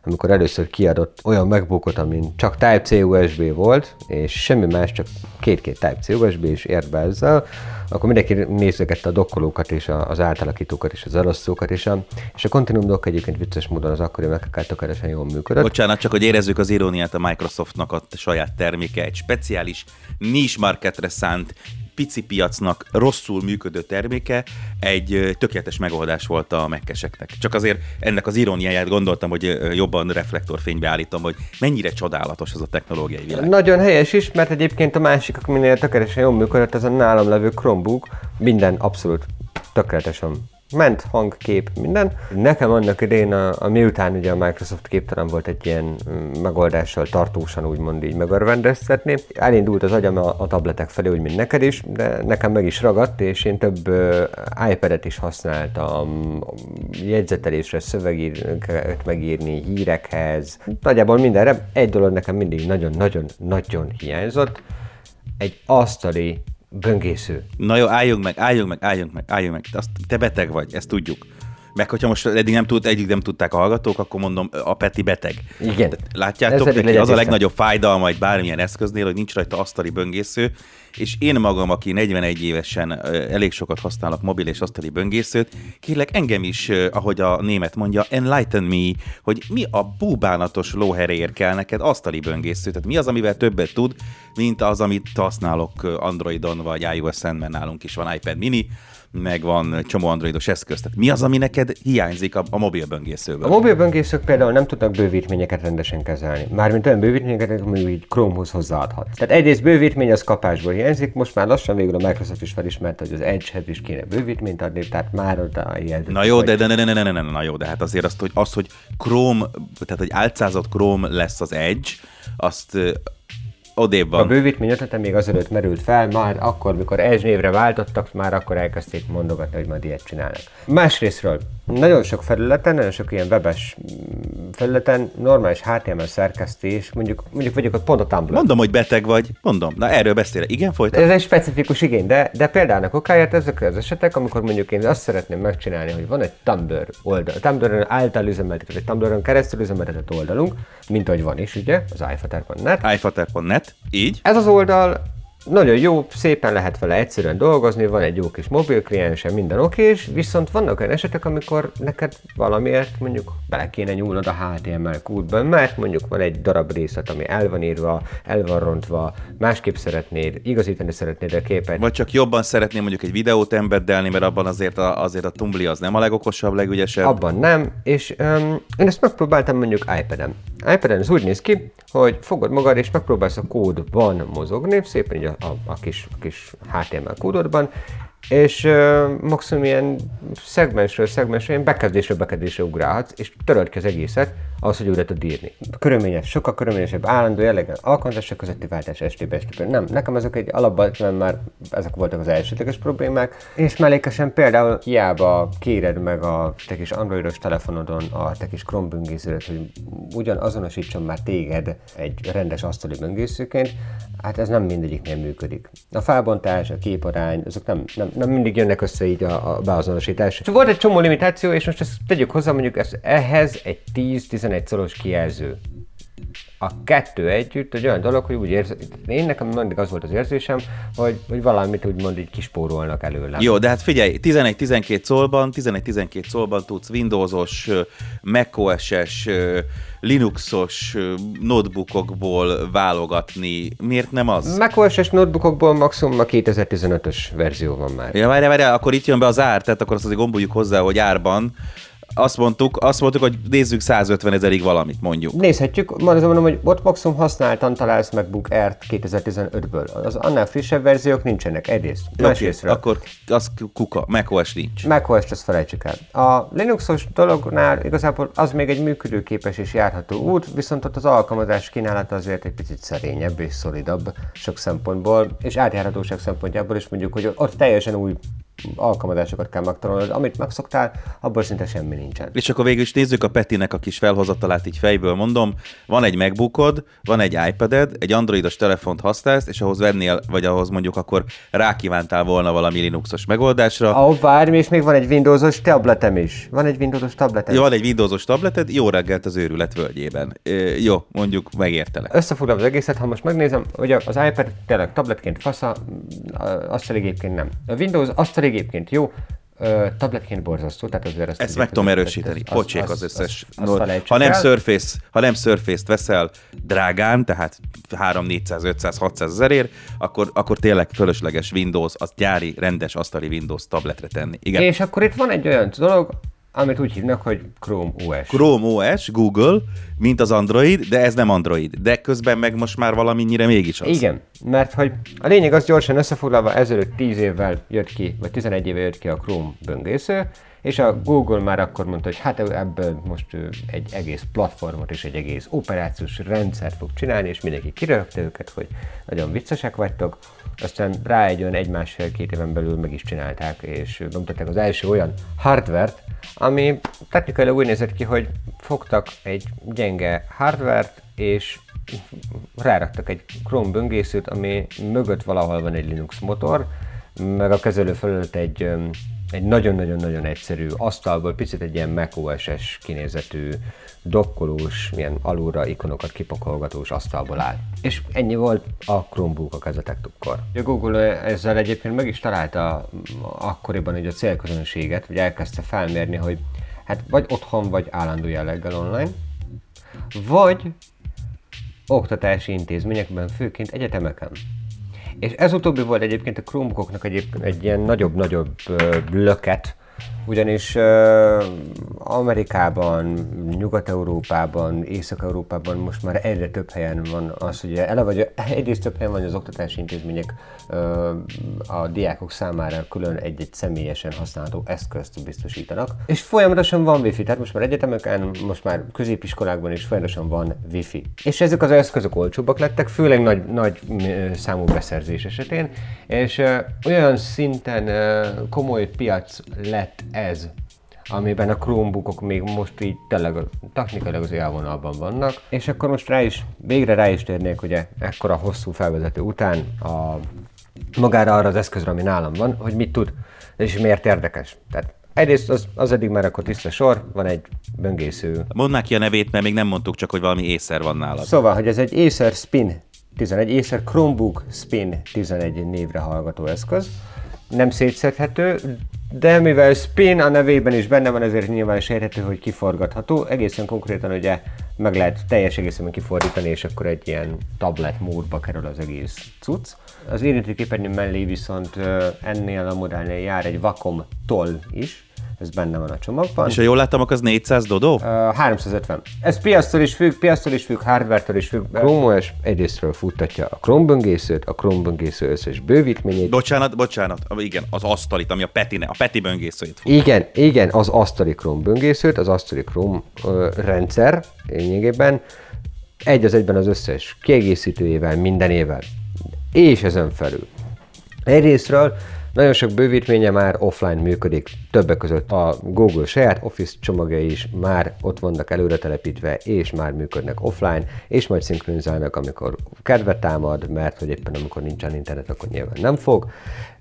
amikor először kiadott olyan MacBookot, amin csak Type-C USB volt, és semmi más, csak két Type-C USB is ért be ezzel, akkor mindenki nézegette a dokkolókat és az átalakítókat és az elosztókat, és a Continuum Dock egyébként vicces módon az akkori Mac-ekkel tökéletesen jól működött. Bocsánat, csak hogy érezzük az iróniát, a Microsoftnak a saját terméke egy speciális niche marketre szánt pici piacnak rosszul működő terméke egy tökéletes megoldás volt a Mac-eseknek. Csak azért ennek az iróniáját gondoltam, hogy jobban reflektorfénybe állítom, hogy mennyire csodálatos ez a technológiai világ. Nagyon helyes is, mert egyébként a másik, aminél tökéletesen jól működött, az a nálam levő Chromebook, minden abszolút tökéletesen ment, hang, kép, minden. Nekem annak idején, miután ugye a Microsoft képtelen volt egy ilyen megoldással tartósan úgymond így megörvendeztetni, elindult az agyam a tabletek felé, úgy mint neked is, de nekem meg is ragadt, és én több iPad-et is használtam jegyzetelésre, szövegeket megírni, hírekhez, nagyjából mindenre. Egy dolog nekem mindig nagyon-nagyon hiányzott, egy asztali böngésző. Na jó, álljunk meg. Te beteg vagy, ezt tudjuk. Meg hogyha most eddig nem tudták a hallgatók, akkor mondom, a Peti beteg. Igen. Látjátok, neki az a legnagyobb fájdalma egy bármilyen eszköznél, hogy nincs rajta asztali böngésző, és én magam, aki 41 évesen elég sokat használok mobil és asztali böngészőt, kérlek engem is, ahogy a német mondja, enlighten me, hogy mi a búbánatos lóheréért kell neked asztali böngésző, tehát mi az, amivel többet tud, mint az, amit használok Androidon vagy iOS-en, mert nálunk is van iPad mini, meg van csomó androidos eszköz. Tehát mi az, ami neked hiányzik a mobil böngészőből? A mobil böngészők például nem tudnak bővítményeket rendesen kezelni. Mármint olyan bővítményeket, amit így Chromehoz hozzáadhat. Tehát egyrészt bővítmény az kapásból hiányzik, most már lassan végül a Microsoft is felismerte, hogy az Edge-hez is kéne bővítményt adni, tehát már oda jelzik. Na jó, de hát azért hogy Chrome, tehát hogy álcázott Chrome lesz az Edge, azt odébb van. A bővítmény ötlete még azelőtt merült fel, már akkor, mikor Edge névre váltottak, már akkor elkezdték mondogatni, hogy majd ilyet csinálnak. Másrésztről, nagyon sok felületen, nagyon sok ilyen webes felületen normális HTML szerkesztés, mondjuk vagyok ott pont a Tumblr. Mondom, hogy beteg vagy, mondom. Na erről beszélek. Igen, folytat? Ez egy specifikus igény, de például okáért ezek az esetek, amikor mondjuk én azt szeretném megcsinálni, hogy van egy Tumblr oldal, Tumblr-on által üzemeltetett, vagy Tumblr-on keresztül üzemeltetett oldalunk, mint ahogy van is, ugye, az iFater.net. iFater.net, így. Ez az oldal nagyon jó, szépen lehet vele egyszerűen dolgozni, van egy jó kis mobil kliense, minden okés, viszont vannak olyan esetek, amikor neked valamiért mondjuk bele kéne nyúlnod a HTML kódban, mert mondjuk van egy darab részlet, ami el van írva, el van rontva, másképp szeretnéd, igazítani szeretnéd a képet. Vagy csak jobban szeretném mondjuk egy videót embeddelni, mert abban azért a Tumblr az nem a legokosabb, legügyesebb. Abban nem, és én ezt megpróbáltam mondjuk iPad-en. iPad-en ez úgy néz ki, hogy fogod magad és megpróbálsz a kódban mozogni, szépen így a kis HTML kódodban, és maximum ilyen szegmensről ilyen bekezdésre ugrálhatsz, és töröld ki az egészet, ahhoz, hogy úgy lehet írni. Körülményes, sokkal körülményesebb, állandó jelleggel alkalmazások közötti váltás STB. Nem, nekem ezek egy alapban már ezek voltak az elsődleges problémák, és mellékesen például hiába kéred meg a te kis androidos telefonodon a te kis Chrome böngészőt, hogy ugyan azonosítson már téged egy rendes asztali böngészőként, hát ez nem mindegyiknél működik. A felbontás, a képarány, azok nem mindig jönnek össze így a beazonosítás. Volt egy csomó limitáció, és most ezt tegyük hozzá, mondjuk ehhez egy 10-11 szoros kijelző. A kettő együtt egy olyan dolog, hogy úgy érzem, én nekem mindig az volt az érzésem, hogy valamit úgymond így kispórolnak előlem. Jó, de hát figyelj, 11-12 szólban tudsz Windowsos, macOS-es, Linuxos notebookokból válogatni. Miért nem az? macOS-es notebookokból maximum a 2015-ös verzió van már. Ja, várjál, akkor itt jön be az ár, tehát akkor azt azért gomboljuk hozzá, hogy árban. Azt mondtuk, hogy nézzük 150 000-ig valamit, mondjuk. Nézhetjük, már azon mondom, hogy ott maximum használtan találsz MacBook Air-t 2015-ből. Az annál frissebb verziók nincsenek, egyrészt. Másrésztről. Akkor az kuka, macOS nincs. macOS-t azt felejtsük el. A Linuxos dolognál igazából az még egy működőképes és járható út, viszont ott az alkalmazás kínálata azért egy picit szerényebb és szolidabb sok szempontból, és átjárhatóság szempontjából is mondjuk, hogy ott teljesen új alkalmazásokat kell megtanulnod, amit megszoktál, abból szinte semmi nincsen. És akkor végül is nézzük a Petinek a kis felhozatalát, így fejből mondom. Van egy MacBookod, van egy iPaded, egy androidos telefont használsz, és ahhoz vennél, vagy ahhoz mondjuk akkor rákívántál volna valami Linuxos megoldásra. Várj, és még van egy Windowsos tabletem is. Van egy Windowsos tabletem. Van egy Windowsos tableted, jó reggelt az őrület völgyében. Jó, mondjuk megértelek. Összefoglalom az egészet, ha most megnézem, hogy az iPad tényleg tabletként fasza, azt egyébként nem. A Windows azt egyébként jó, tabletként borzasztó, tehát azért ezt meg tudom erősíteni, pocsék az összes. Ha nem Surface-t veszel drágán, tehát 3, 400, 500, 600 ezerért, akkor tényleg fölösleges Windows, az gyári, rendes asztali Windows tabletre tenni. Igen. És akkor itt van egy olyan dolog, amit úgy hívnak, hogy Chrome OS. Chrome OS, Google, mint az Android, de ez nem Android. De közben meg most már valamennyire mégis az. Igen, mert hogy a lényeg az gyorsan összefoglalva, ezelőtt 10 évvel jött ki, vagy 11 éve jött ki a Chrome böngésző, és a Google már akkor mondta, hogy hát ebből most egy egész platformot és egy egész operációs rendszert fog csinálni, és mindenki kirögte őket, hogy nagyon viccesek vagytok. Aztán rá egy olyan 1-1,5-2 éven belül meg is csinálták, és bemutatták az első olyan hardvert, ami technikailag úgy nézett ki, hogy fogtak egy gyenge hardvert, és ráraktak egy Chrome böngészőt, ami mögött valahol van egy Linux motor, meg a kezelő felület egy nagyon-nagyon-nagyon egyszerű asztalból, picit egy ilyen macOS-es kinézetű, dokkolós, ilyen alulra ikonokat kipakolgatós asztalból áll. És ennyi volt a Chromebook a kezetektukkor. A Google ezzel egyébként meg is találta akkoriban a célközönséget, hogy elkezdte felmérni, hogy hát vagy otthon, vagy állandó jelleggel online, vagy oktatási intézményekben, főként egyetemeken. És ez utóbbi volt egyébként a Chromebookoknak egy ilyen nagyobb löket, ugyanis Amerikában, Nyugat-Európában, Észak-Európában most már egyre több helyen van az, hogy egyrészt több helyen van, az oktatási intézmények a diákok számára külön egy személyesen használható eszközt biztosítanak. És folyamatosan van wifi, tehát most már egyetemeken, most már középiskolákban is folyamatosan van wifi. És ezek az eszközök olcsóbbak lettek, főleg nagy számú beszerzés esetén, és olyan szinten komoly piac lett ez, amiben a Chromebookok még most így tényleg technikailag az élvonalban vannak, és akkor most végre rá is térnék, ugye ekkora hosszú felvezető után magára arra az eszközre, ami nálam van, hogy mit tud, és miért érdekes. Tehát egyrészt az eddig már akkor tiszta sor, van egy böngésző. Mondd már ki a nevét, mert még nem mondtuk, csak hogy valami Acer van nálad. Szóval, hogy ez egy Acer Spin 11, Acer Chromebook Spin 11 névre hallgató eszköz. Nem szétszedhető, de mivel Spin a nevében is benne van, ezért nyilván sejthető, hogy kiforgatható. Egészen konkrétan ugye meg lehet teljes egészen kifordítani, és akkor egy ilyen tablet módba kerül az egész cucc. Az érintőképernyő mellé viszont ennél a modellnél jár egy Wacom toll is, ez benne van a csomagban. És ha jól láttam, akkor az 400 dodó? 350. Ez piactól is függ, hardware-től is függ. Chrome OS egyrésztről futtatja a Chrome böngészőt, a Chrome böngésző összes bővítményét. Bocsánat, igen, az asztalit, ami a Peti böngészőjét fut. Igen, az asztali Chrome böngészőt, az asztali Chrome rendszer lényegében egy az egyben az összes kiegészítőjével, mindenével. És ezen felül. Egyrészről nagyon sok bővítménye már offline működik, többek között a Google saját Office csomagjai is már ott vannak előre telepítve, és már működnek offline, és majd szinkronizálnak, amikor kedvet támad, mert hogy éppen amikor nincsen internet, akkor nyilván nem fog.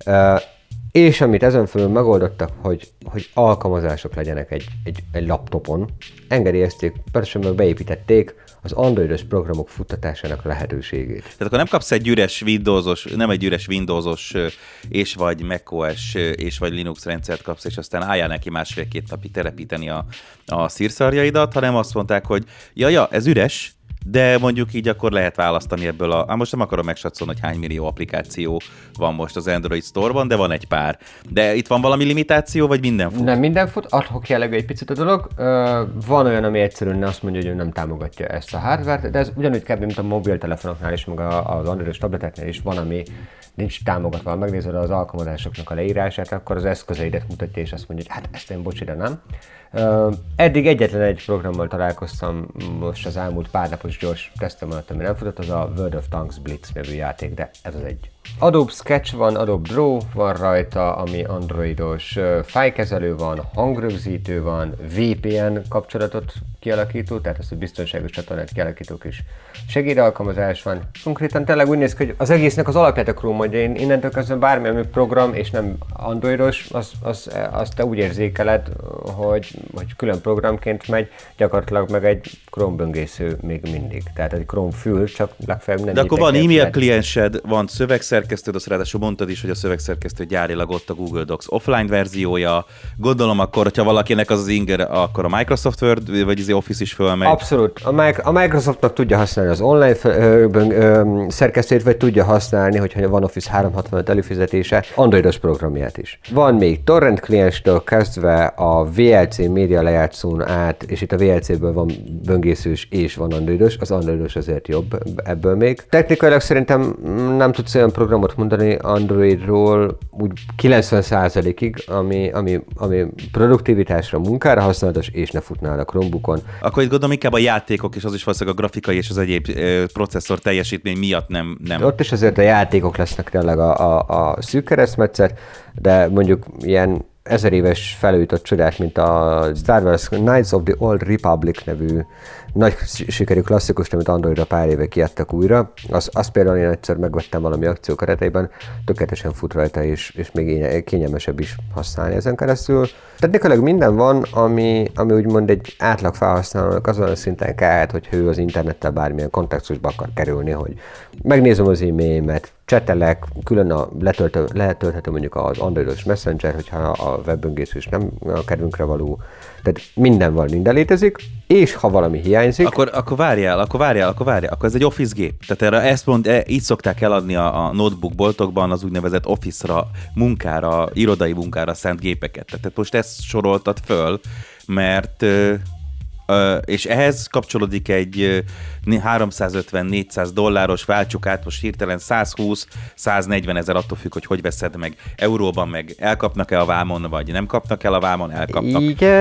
És amit ezen felül megoldottak, hogy alkalmazások legyenek egy laptopon, engedélyezték, persze meg beépítették az androidos programok futtatásának lehetőségét. Tehát akkor nem kapsz egy üres Windowsos és vagy macOS és vagy Linux rendszert kapsz, és aztán álljál neki 1,5-2 napig telepíteni a szírszarjaidat, hanem azt mondták, hogy ja, ez üres, de mondjuk így akkor lehet választani ebből most nem akarom megsatszolni, hogy hány millió applikáció van most az Android Store-ban, de van egy pár. De itt van valami limitáció, vagy minden fut? Nem minden fut, ad-hoc jellegű egy picit a dolog. Van olyan, ami egyszerűen azt mondja, hogy ő nem támogatja ezt a hardware-t, de ez ugyanúgy kb. Mint a mobiltelefonoknál is, meg az androidos tableteknél is van, ami nincs támogatva. Ha megnézed az alkalmazásoknak a leírását, akkor az eszközeidet mutatja, és azt mondja, hogy hát ezt én bocsi, de nem. Eddig egyetlen egy programmal találkoztam most az elmúlt pár napos gyors tesztem alatt, ami nem futott, az a World of Tanks Blitz nevű játék, de ez az egy. Adobe Sketch van, Adobe Draw van rajta, ami androidos, fájlkezelő van, hangrögzítő van, VPN kapcsolatot kialakító, tehát ezt a biztonságos csatornát kialakító kis segédalkalmazás van. Konkrétan tényleg úgy néz ki, hogy az egésznek az alapját a Chrome, hogy én innentől kezdve bármi, ami program és nem androidos, azt te úgy érzékeled, hogy külön programként megy, gyakorlatilag meg egy Chrome böngésző még mindig. Tehát egy Chrome fül, csak legfeljebb nem. De akkor van e-mail kliensed, van szövegszerkesztőd, azt ráadásul mondtad is, hogy a szövegszerkesztő gyárilag ott a Google Docs offline verziója. Gondolom akkor, hogyha valakinek az inger, akkor a Microsoft Word vagy az Office is fölmegy. Abszolút. A Microsoftnak tudja használni az online szerkesztőt, vagy tudja használni, hogyha van Office 365 előfizetése, androidos programját is. Van még torrent klienstől kezdve a VLC média lejátszón át, és itt a VLC-ből van böngészős és van androidos, az androidos azért jobb ebből még. Technikailag szerintem nem tudsz olyan programot mondani Androidról úgy 90%-ig, ami produktivitásra, munkára használatos, és ne futnál a Chromebookon. Akkor itt gondolom inkább a játékok, és az is valószínűleg a grafikai és az egyéb processzor teljesítmény miatt nem. Ott is azért a játékok lesznek tényleg a szűk keresztmetszet, de mondjuk ilyen 1000 éves felújított csodák, mint a Star Wars Knights of the Old Republic nevű nagy sikerű klasszikus, amit Androidra pár éve kiadtak újra. Azt például én egyszer megvettem valami akció keretében, tökéletesen fut rajta, és még kényelmesebb is használni ezen keresztül. Technikailag minden van, ami úgymond egy átlag felhasználónak azon a szinten kellhet, hogy ő az internettel bármilyen kontextusba akar kerülni, hogy megnézem az e-mailemet, csetelek, külön letölthető mondjuk az androidos messenger, hogyha a webböngészés nem a kedvünkre való. Tehát minden van, minden létezik, és ha valami hiányzik... Akkor várjál, akkor ez egy Office gép. Tehát erre így szokták eladni a notebook boltokban az úgynevezett Office-ra, munkára, irodai munkára szánt gépeket. Tehát most ezt soroltad föl, mert... és ehhez kapcsolódik egy $350-400 váltsuk át, most hirtelen 120-140 ezer, attól függ, hogy veszed meg euróban, meg elkapnak-e a vámon, vagy nem kapnak el a vámon, elkapnak.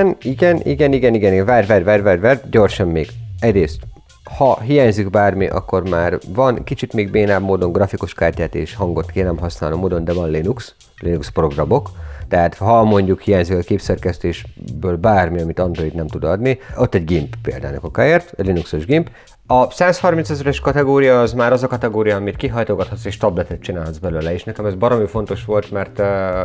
Igen. Várj, gyorsan még. Egyrészt, ha hiányzik bármi, akkor már van kicsit még bénább módon grafikus kártyát és hangot kérem használó módon, de van Linux programok. Tehát ha mondjuk hiányzik a képszerkesztésből bármi, amit Android nem tud adni, ott egy GIMP például okáért, egy Linuxos GIMP. A 130 ezeres kategória az már az a kategória, amit kihajtogathatsz és tabletet csinálhatsz belőle, és nekem ez baromi fontos volt, mert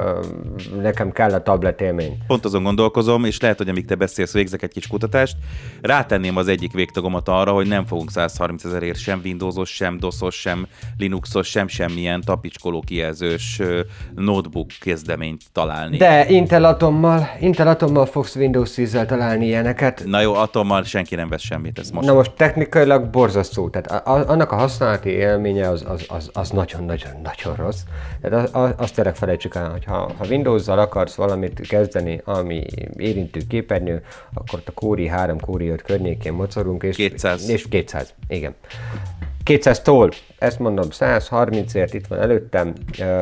nekem kell a tablet élmény. Pont azon gondolkozom, és lehet, hogy amíg te beszélsz, végzek egy kis kutatást, rátenném az egyik végtagomat arra, hogy nem fogunk 130 ezerért sem Windowsos, sem DOS-os, sem Linuxos, semmilyen tapicskoló kijelzős notebook kezdeményt találni. De Intel Atommal fogsz Windows 10-zel találni ilyeneket. Na jó, Atommal senki nem vesz semmit, ez most. Na most technikailag borzasztó, tehát annak a használati élménye az nagyon-nagyon rossz. Tehát azt tényleg felejtsük el, hogy ha Windows-zal akarsz valamit kezdeni, ami érintő képernyő, akkor a Kóri 3, Kóri 5 környékén mocorunk, és 200. És 200, igen. 200-tól, ezt mondom, 130-ért itt van előttem,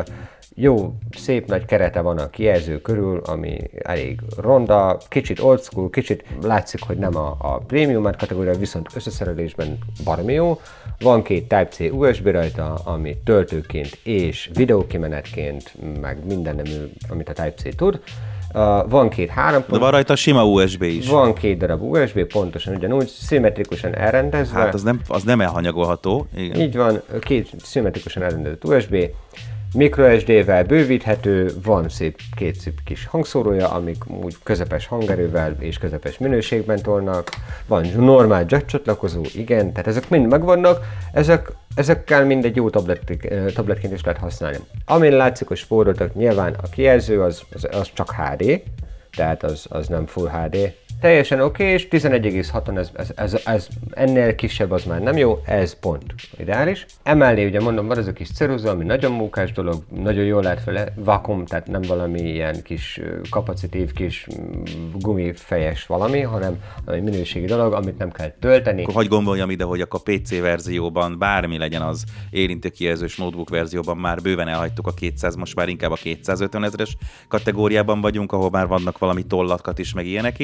jó, szép nagy kerete van a kijelző körül, ami elég ronda, kicsit old school, kicsit látszik, hogy nem a prémium kategória, viszont összeszerelésben baromi jó. Van 2 Type-C USB rajta, ami töltőként és videókimenetként, meg minden nemű, amit a Type-C tud. Van 2 3 pont. De van rajta sima USB is. Van 2 darab USB, pontosan ugyanúgy, szimmetrikusan elrendezve. Hát az nem elhanyagolható. Igen. Így van, 2 szimmetrikusan elrendezett USB. MicroSD-vel bővíthető, van két szép kis hangszórója, amik úgy közepes hangerővel és közepes minőségben tolnak, van normál jack csatlakozó, igen, tehát ezek mind megvannak, ezekkel mindegy jó tabletként is lehet használni. Amin látszik, hogy spóroltak, nyilván a kijelző az csak HD, tehát az nem Full HD. Teljesen oké, és 11,6-on ez ennél kisebb az már nem jó, ez pont ideális. Emellé ugye mondom, van ez a kis ceruza, ami nagyon mókás dolog, nagyon jól lehet fele, vakuum, tehát nem valami ilyen kis kapacitív, kis gumifejes valami, hanem egy minőségi dolog, amit nem kell tölteni. Akkor hadd gondoljam ide, hogy akkor PC verzióban bármi legyen az érintőkijelzős notebook verzióban már bőven elhagytuk a 200, most már inkább a 250 ezeres kategóriában vagyunk, ahol már vannak valami tollatkat is, meg ilyenek is, igen.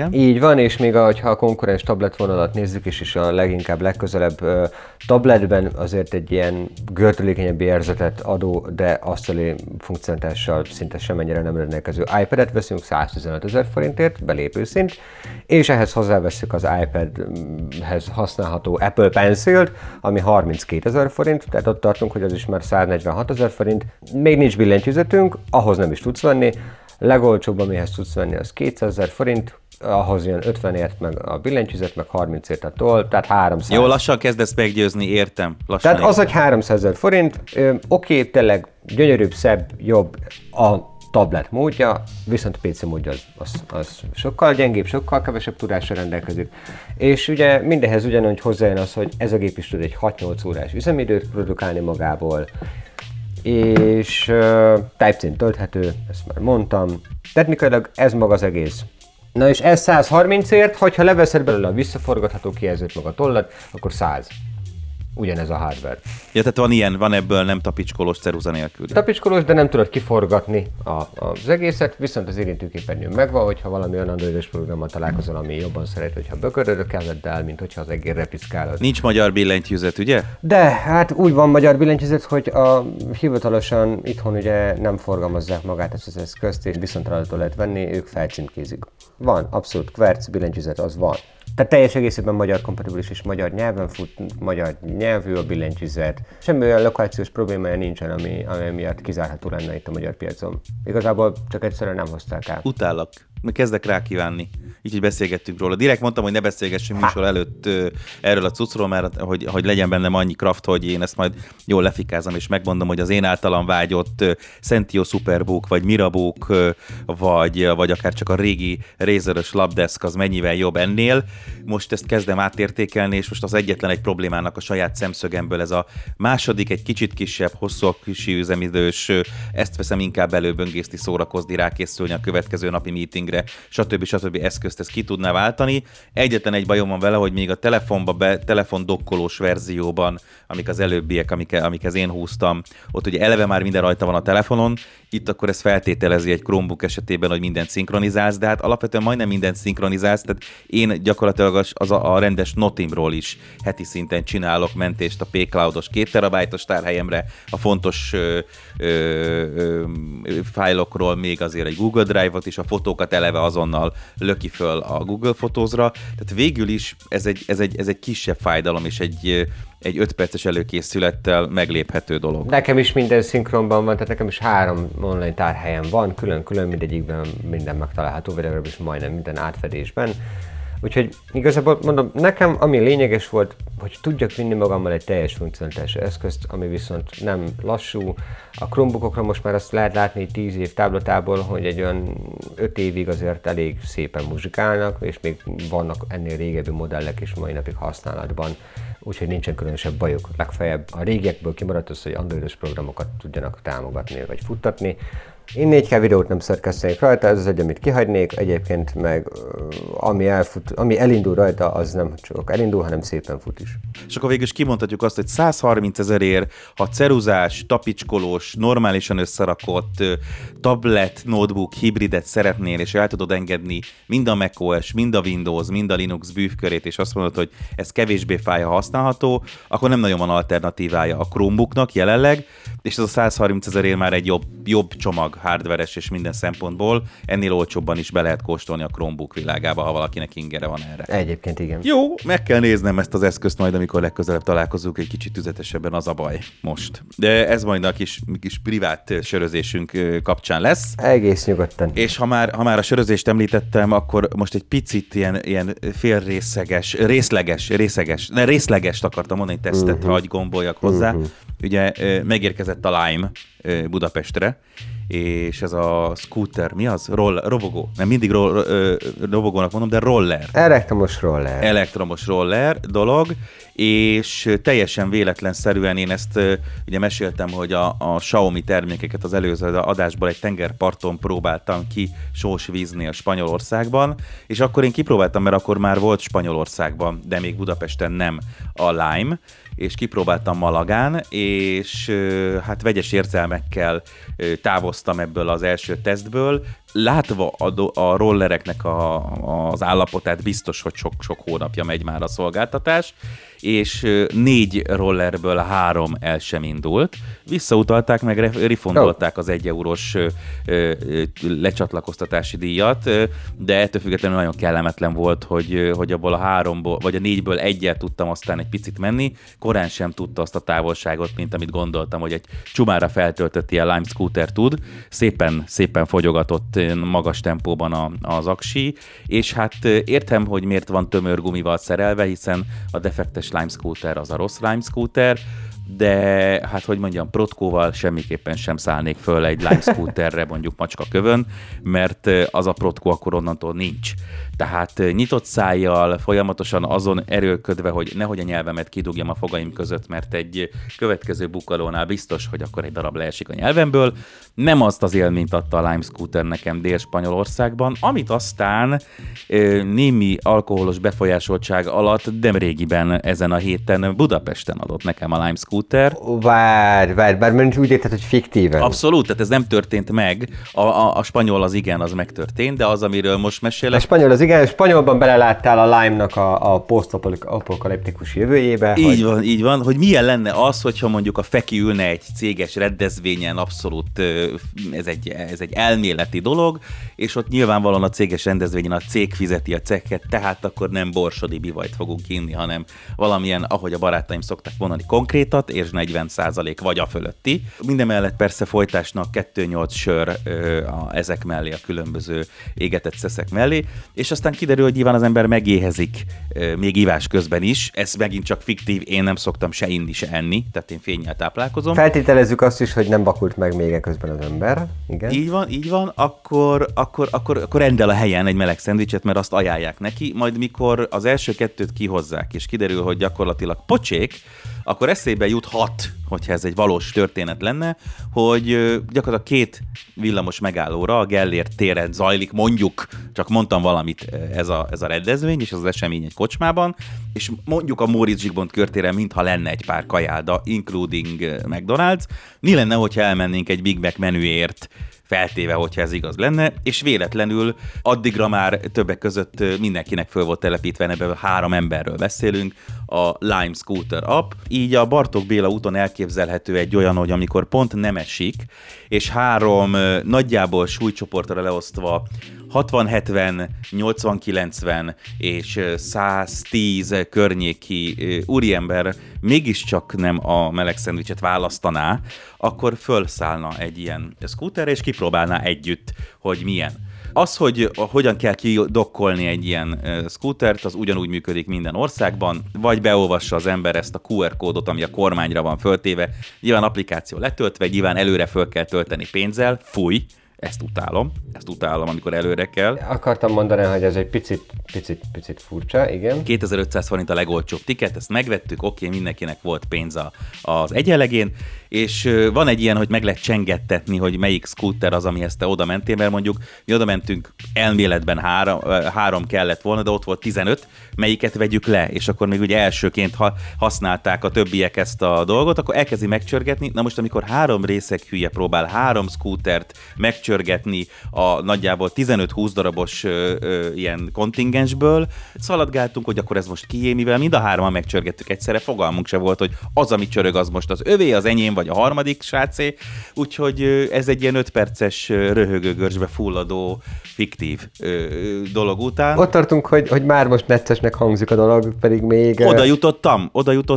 igen. Így van, és még ha a konkurens tabletvonalat nézzük is, és a leginkább legközelebb tabletben azért egy ilyen gördülékenyebb érzetet adó, de asztali funkcionalitással szinte semennyire nem rendelkező iPad-et veszünk 115 000 forintért, belépőszint, és ehhez hozzáveszünk az iPad-hez használható Apple Pencil-t, ami 32 000 forint, tehát ott tartunk, hogy az is már 146 000 forint. Még nincs billentyűzetünk, ahhoz nem is tudsz venni. Legolcsóbb, amihez tudsz venni, az 200 000 forint, ahhoz jön 50-ért meg a billentyűzet, meg 30-ért a toll, tehát 300. Jó, lassan kezdesz meggyőzni, értem. Lassan tehát értem. az, hogy 300 000 forint, oké, tényleg gyönyörűbb, szebb, jobb a tablet módja, viszont a PC módja az sokkal gyengébb, sokkal kevesebb tudással rendelkezik. És ugye mindehhez ugyanúgy hozzájön az, hogy ez a gép is tud egy 6-8 órás üzemidőt produkálni magából, és Type-C-n tölthető, ezt már mondtam. Technikailag ez maga az egész. Na és ez 130-ért, hogyha leveszed belőle a visszaforgatható kijelzőt meg a tollat, akkor 100. Ugyanez a hardware. Ja, tehát van ebből nem tapicskolós ceruza nélkül. Tapicskolós, de nem tudod kiforgatni az egészet, viszont az érintőképernyőn megvan, hogyha valami olyan androidos programmal találkozol, ami jobban szeret, hogyha bököröd a kezeddel, mint hogyha az egérre piszkálod. Nincs magyar billentyűzet, ugye? De hát úgy van magyar billentyűzet, hogy hivatalosan itthon ugye nem forgalmazzák magát ezt az eszközt, és viszontlátható lehet venni, ők felcímkézik. Van, abszolút kverc billentyűzet, az van. Tehát teljes egészében magyar kompatibilis és magyar nyelven fut, magyar nyelvű a billentyűzet. Semmi olyan lokációs problémája nincsen, ami miatt kizárható lenne itt a magyar piacon. Igazából csak egyszerűen nem hozták el. Utállak. Kezdek rá kívánni. Így, hogy beszélgettünk róla. Direkt mondtam, hogy ne beszélgessünk műsor előtt erről a cuccról, mert hogy legyen bennem annyi kraft, hogy én ezt majd jól lefikázom, és megmondom, hogy az én általam vágyott Sentio Superbook, vagy Mirabook, vagy akár csak a régi Razor-ös lapdesk az mennyivel jobb ennél. Most ezt kezdem átértékelni, és most az egyetlen egy problémának a saját szemszögemből ez a második, egy kicsit kisebb, hosszabb kisi üzemidős, ezt veszem inkább előböngészni, szórakozni, rákészülni a következő napi meetingre, stb. Eszközt ezt ki tudná váltani. Egyetlen egy bajom van vele, hogy még a telefondokkolós verzióban, amik az előbbiek, amikhez én húztam, ott ugye eleve már minden rajta van a telefonon, itt akkor ez feltételezi egy Chromebook esetében, hogy mindent szinkronizálsz, de hát alapvetően majdnem mindent szinkronizálsz, tehát én gyakorlatilag a rendes Notimról is heti szinten csinálok mentést a P-Cloudos 2 terabájtos tárhelyemre, a fontos fájlokról még azért egy Google Drive-ot is, a fotókat eleve azonnal löki föl a Google Photos-ra, tehát végül is ez egy kisebb fájdalom és egy 5 perces előkészülettel megléphető dolog. Nekem is minden szinkronban van, tehát nekem is 3 online tárhelyen van, külön-külön mindegyikben minden megtalálható, vagy legalábbis majdnem minden átfedésben. Úgyhogy igazából mondom, nekem ami lényeges volt, hogy tudjak vinni magammal egy teljes funkcionalitású eszközt, ami viszont nem lassú. A Chromebookokra most már azt lehet látni 10 év táblatából, hogy egy olyan 5 évig azért elég szépen muzsikálnak, és még vannak ennél régebbi modellek is mai napig használatban. Úgyhogy nincsen különösebb bajuk. Legfeljebb a régiekből kimaradt az, hogy androidos programokat tudjanak támogatni vagy futtatni. Én 4K videót nem szerkesztenék rajta, ez az egy, amit kihagynék, egyébként meg ami elindul rajta, az nem csak elindul, hanem szépen fut is. És akkor végül is kimondhatjuk azt, hogy 130 000-ért, ha ceruzás, tapicskolós, normálisan összerakott tablet, notebook, hibridet szeretnél, és el tudod engedni mind a macOS, mind a Windows, mind a Linux bűvkörét, és azt mondod, hogy ez kevésbé fáj, ha használható, akkor nem nagyon van alternatívája a Chromebooknak jelenleg, és ez a 130 000-ért már egy jobb csomag hardveres és minden szempontból, ennél olcsóbban is be lehet kóstolni a Chromebook világába, ha valakinek ingere van erre. Egyébként igen. Jó, meg kell néznem ezt az eszközt majd, amikor legközelebb találkozunk, egy kicsit tüzetesebben, az a baj most. De ez majd a kis privát sörözésünk kapcsán lesz. Egész nyugodtan. És ha már a sörözést említettem, akkor most egy picit ilyen részlegest akartam mondani, tesztet hagy gomboljak hozzá. Ugye megérkezett a Lime Budapestre, és ez a scooter, mi az? Robogó. Nem mindig robogónak mondom, de roller. Elektromos roller dolog, és teljesen véletlenszerűen én ezt ugye meséltem, hogy a Xiaomi termékeket az előző adásból egy tengerparton próbáltam ki sós víznél Spanyolországban, és akkor én kipróbáltam, mert akkor már volt Spanyolországban, de még Budapesten nem a Lime, és kipróbáltam Malagán, és hát vegyes érzelmekkel távoztam ebből az első tesztből. látva a rollereknek az állapotát biztos, hogy sok hónapja megy már a szolgáltatás, és 4 rollerből 3 el sem indult. Visszautalták, meg refundolták az 1 eurós lecsatlakoztatási díjat, de ettől függetlenül nagyon kellemetlen volt, hogy abból a 3-ból, vagy a 4-ből 1-el tudtam aztán egy picit menni. Korán sem tudta azt a távolságot, mint amit gondoltam, hogy egy csumára feltöltött ilyen Lime scooter tud. Szépen fogyogatott magas tempóban az aksi, és hát értem, hogy miért van tömör gumival szerelve, hiszen a defektes Lime scooter az a rossz Lime scooter, de hát hogy mondjam, protkóval semmiképpen sem szállnék föl egy Lime scooterre, mondjuk macskakövön, mert az a protkó akkor onnantól nincs. Tehát nyitott szájjal, folyamatosan azon erőlködve, hogy nehogy a nyelvemet kidugjam a fogaim között, mert egy következő bukkalónál biztos, hogy akkor egy darab leesik a nyelvemből. Nem azt az élményt adta a Lime scooter nekem Dél-Spanyolországban, amit aztán némi alkoholos befolyásoltság alatt nemrégiben ezen a héten Budapesten adott nekem a Lime scooter. Várj, mert úgy érted, hogy fiktíven. Abszolút, tehát ez nem történt meg. A spanyol az igen, az megtörtént, de az, amiről most mesélek. A spanyol az igen, spanyolban beleláttál a Lime-nak a posztapokaliptikus jövőjébe. Így van, hogy milyen lenne az, hogyha mondjuk a Feki ülne egy céges rendezvényen, abszolút ez egy elméleti dolog, és ott nyilvánvalóan a céges rendezvényen a cég fizeti a cekket, tehát akkor nem borsodi bivajt fogunk inni, hanem valamilyen, ahogy a barátaim szokták mondani, konkrétat, és 40% vagy a fölötti. Minden mellett persze folytásnak 2-8 sör ezek mellé, a különböző égetett szeszek mellé, és aztán kiderül, hogy nyilván az ember megéhezik még ivás közben is. Ez megint csak fiktív, én nem szoktam se inni, se enni, tehát én fénnyel táplálkozom. Feltételezzük azt is, hogy nem vakult meg még közben az ember. Igen. Így van, akkor rendel a helyen egy meleg szendvicset, mert azt ajánlják neki, majd mikor az első 2-t kihozzák, és kiderül, hogy gyakorlatilag pocsék, akkor eszébe juthat, hogyha ez egy valós történet lenne, hogy gyakorlatilag 2 villamos megállóra a Gellért téren zajlik, mondjuk, csak mondtam valamit, ez a rendezvény, és az esemény egy kocsmában, és mondjuk a Móricz Zsigmond körtéren, mintha lenne egy pár kajálda, including McDonald's. Mi lenne, hogyha elmennénk egy Big Mac menüért, feltéve, hogyha ez igaz lenne, és véletlenül addigra már többek között mindenkinek föl volt telepítve, ebből 3 emberről beszélünk, a Lime Scooter app. Így a Bartók Béla úton elképzelhető egy olyan, hogy amikor pont nem esik, és 3 nagyjából súlycsoportra leosztva 60-70, 80-90 és 110 környéki úriember mégiscsak nem a meleg szendvicset választaná, akkor fölszállna egy ilyen scooterre, és kipróbálná együtt, hogy milyen. Az, hogy hogyan kell kidokkolni egy ilyen scootert, az ugyanúgy működik minden országban, vagy beolvassa az ember ezt a QR kódot, ami a kormányra van föltéve, nyilván applikáció letöltve, nyilván előre föl kell tölteni pénzzel, fúj, ezt utálom, amikor előre kell. Akartam mondani, hogy ez egy picit furcsa, igen. 2500 forint a legolcsóbb tiket, ezt megvettük, oké, mindenkinek volt pénz az egyenlegén, és van egy ilyen, hogy meg lehet csengettetni, hogy melyik scooter az, amihez te oda mentél, mert mondjuk mi oda mentünk, elméletben 3 kellett volna, de ott volt 15, melyiket vegyük le, és akkor még ugye elsőként használták a többiek ezt a dolgot, akkor elkezdi megcsörgetni. Na most, amikor 3 részeg hülye próbál 3 scootert megcsörgetni a nagyjából 15-20 darabos ilyen kontingensből, szaladgáltunk, hogy akkor ez most kié, mivel mind a 3-an megcsörgettük egyszerre, fogalmunk se volt, hogy az, ami csörög, az most az övé, az enyém, vagy a harmadik srácé, úgyhogy ez egy ilyen 5 perces röhögőgörcsbe fulladó, fiktív dolog után. Ott tartunk, hogy már most neccesnek hangzik a dolog, pedig még... Oda jutottam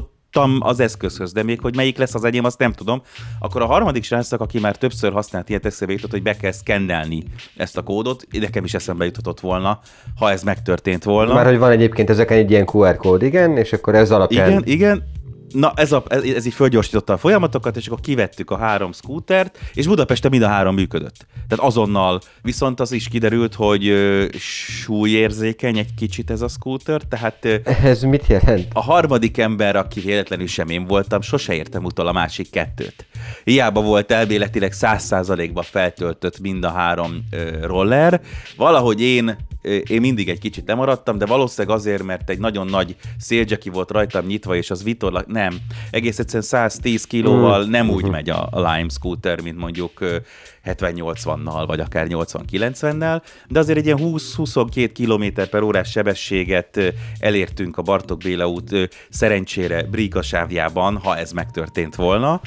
az eszközhöz, de még hogy melyik lesz az enyém, azt nem tudom. Akkor a harmadik srácnak, aki már többször használt ilyet, eszébe jutott, hogy be kell szkennelni ezt a kódot. Nekem is eszembe juthatott volna, ha ez megtörtént volna. Már hogy van egyébként ezeken egy ilyen QR kód, igen, és akkor ez alapján... Igen. Na, ez így fölgyorsította a folyamatokat, és akkor kivettük a 3 scootert, és Budapesten mind a 3 működött. Tehát azonnal, viszont az is kiderült, hogy súlyérzékeny egy kicsit ez a scooter, tehát... Ez mit jelent? A harmadik ember, aki véletlenül sem én voltam, sose értem utol a másik 2-t. Hiába volt elméletileg 100%-ba feltöltött mind a 3 roller, valahogy én én mindig egy kicsit lemaradtam, de valószínűleg azért, mert egy nagyon nagy széljacki volt rajtam nyitva, és az vitorla, nem. Egész egyszerűen 110 kilóval nem úgy megy a Lime scooter, mint mondjuk 70-80-nal, vagy akár 80-90-nel, de azért egy ilyen 20-22 km/h sebességet elértünk a Bartók Béla út szerencsére Bríka sávjában, ha ez megtörtént volna.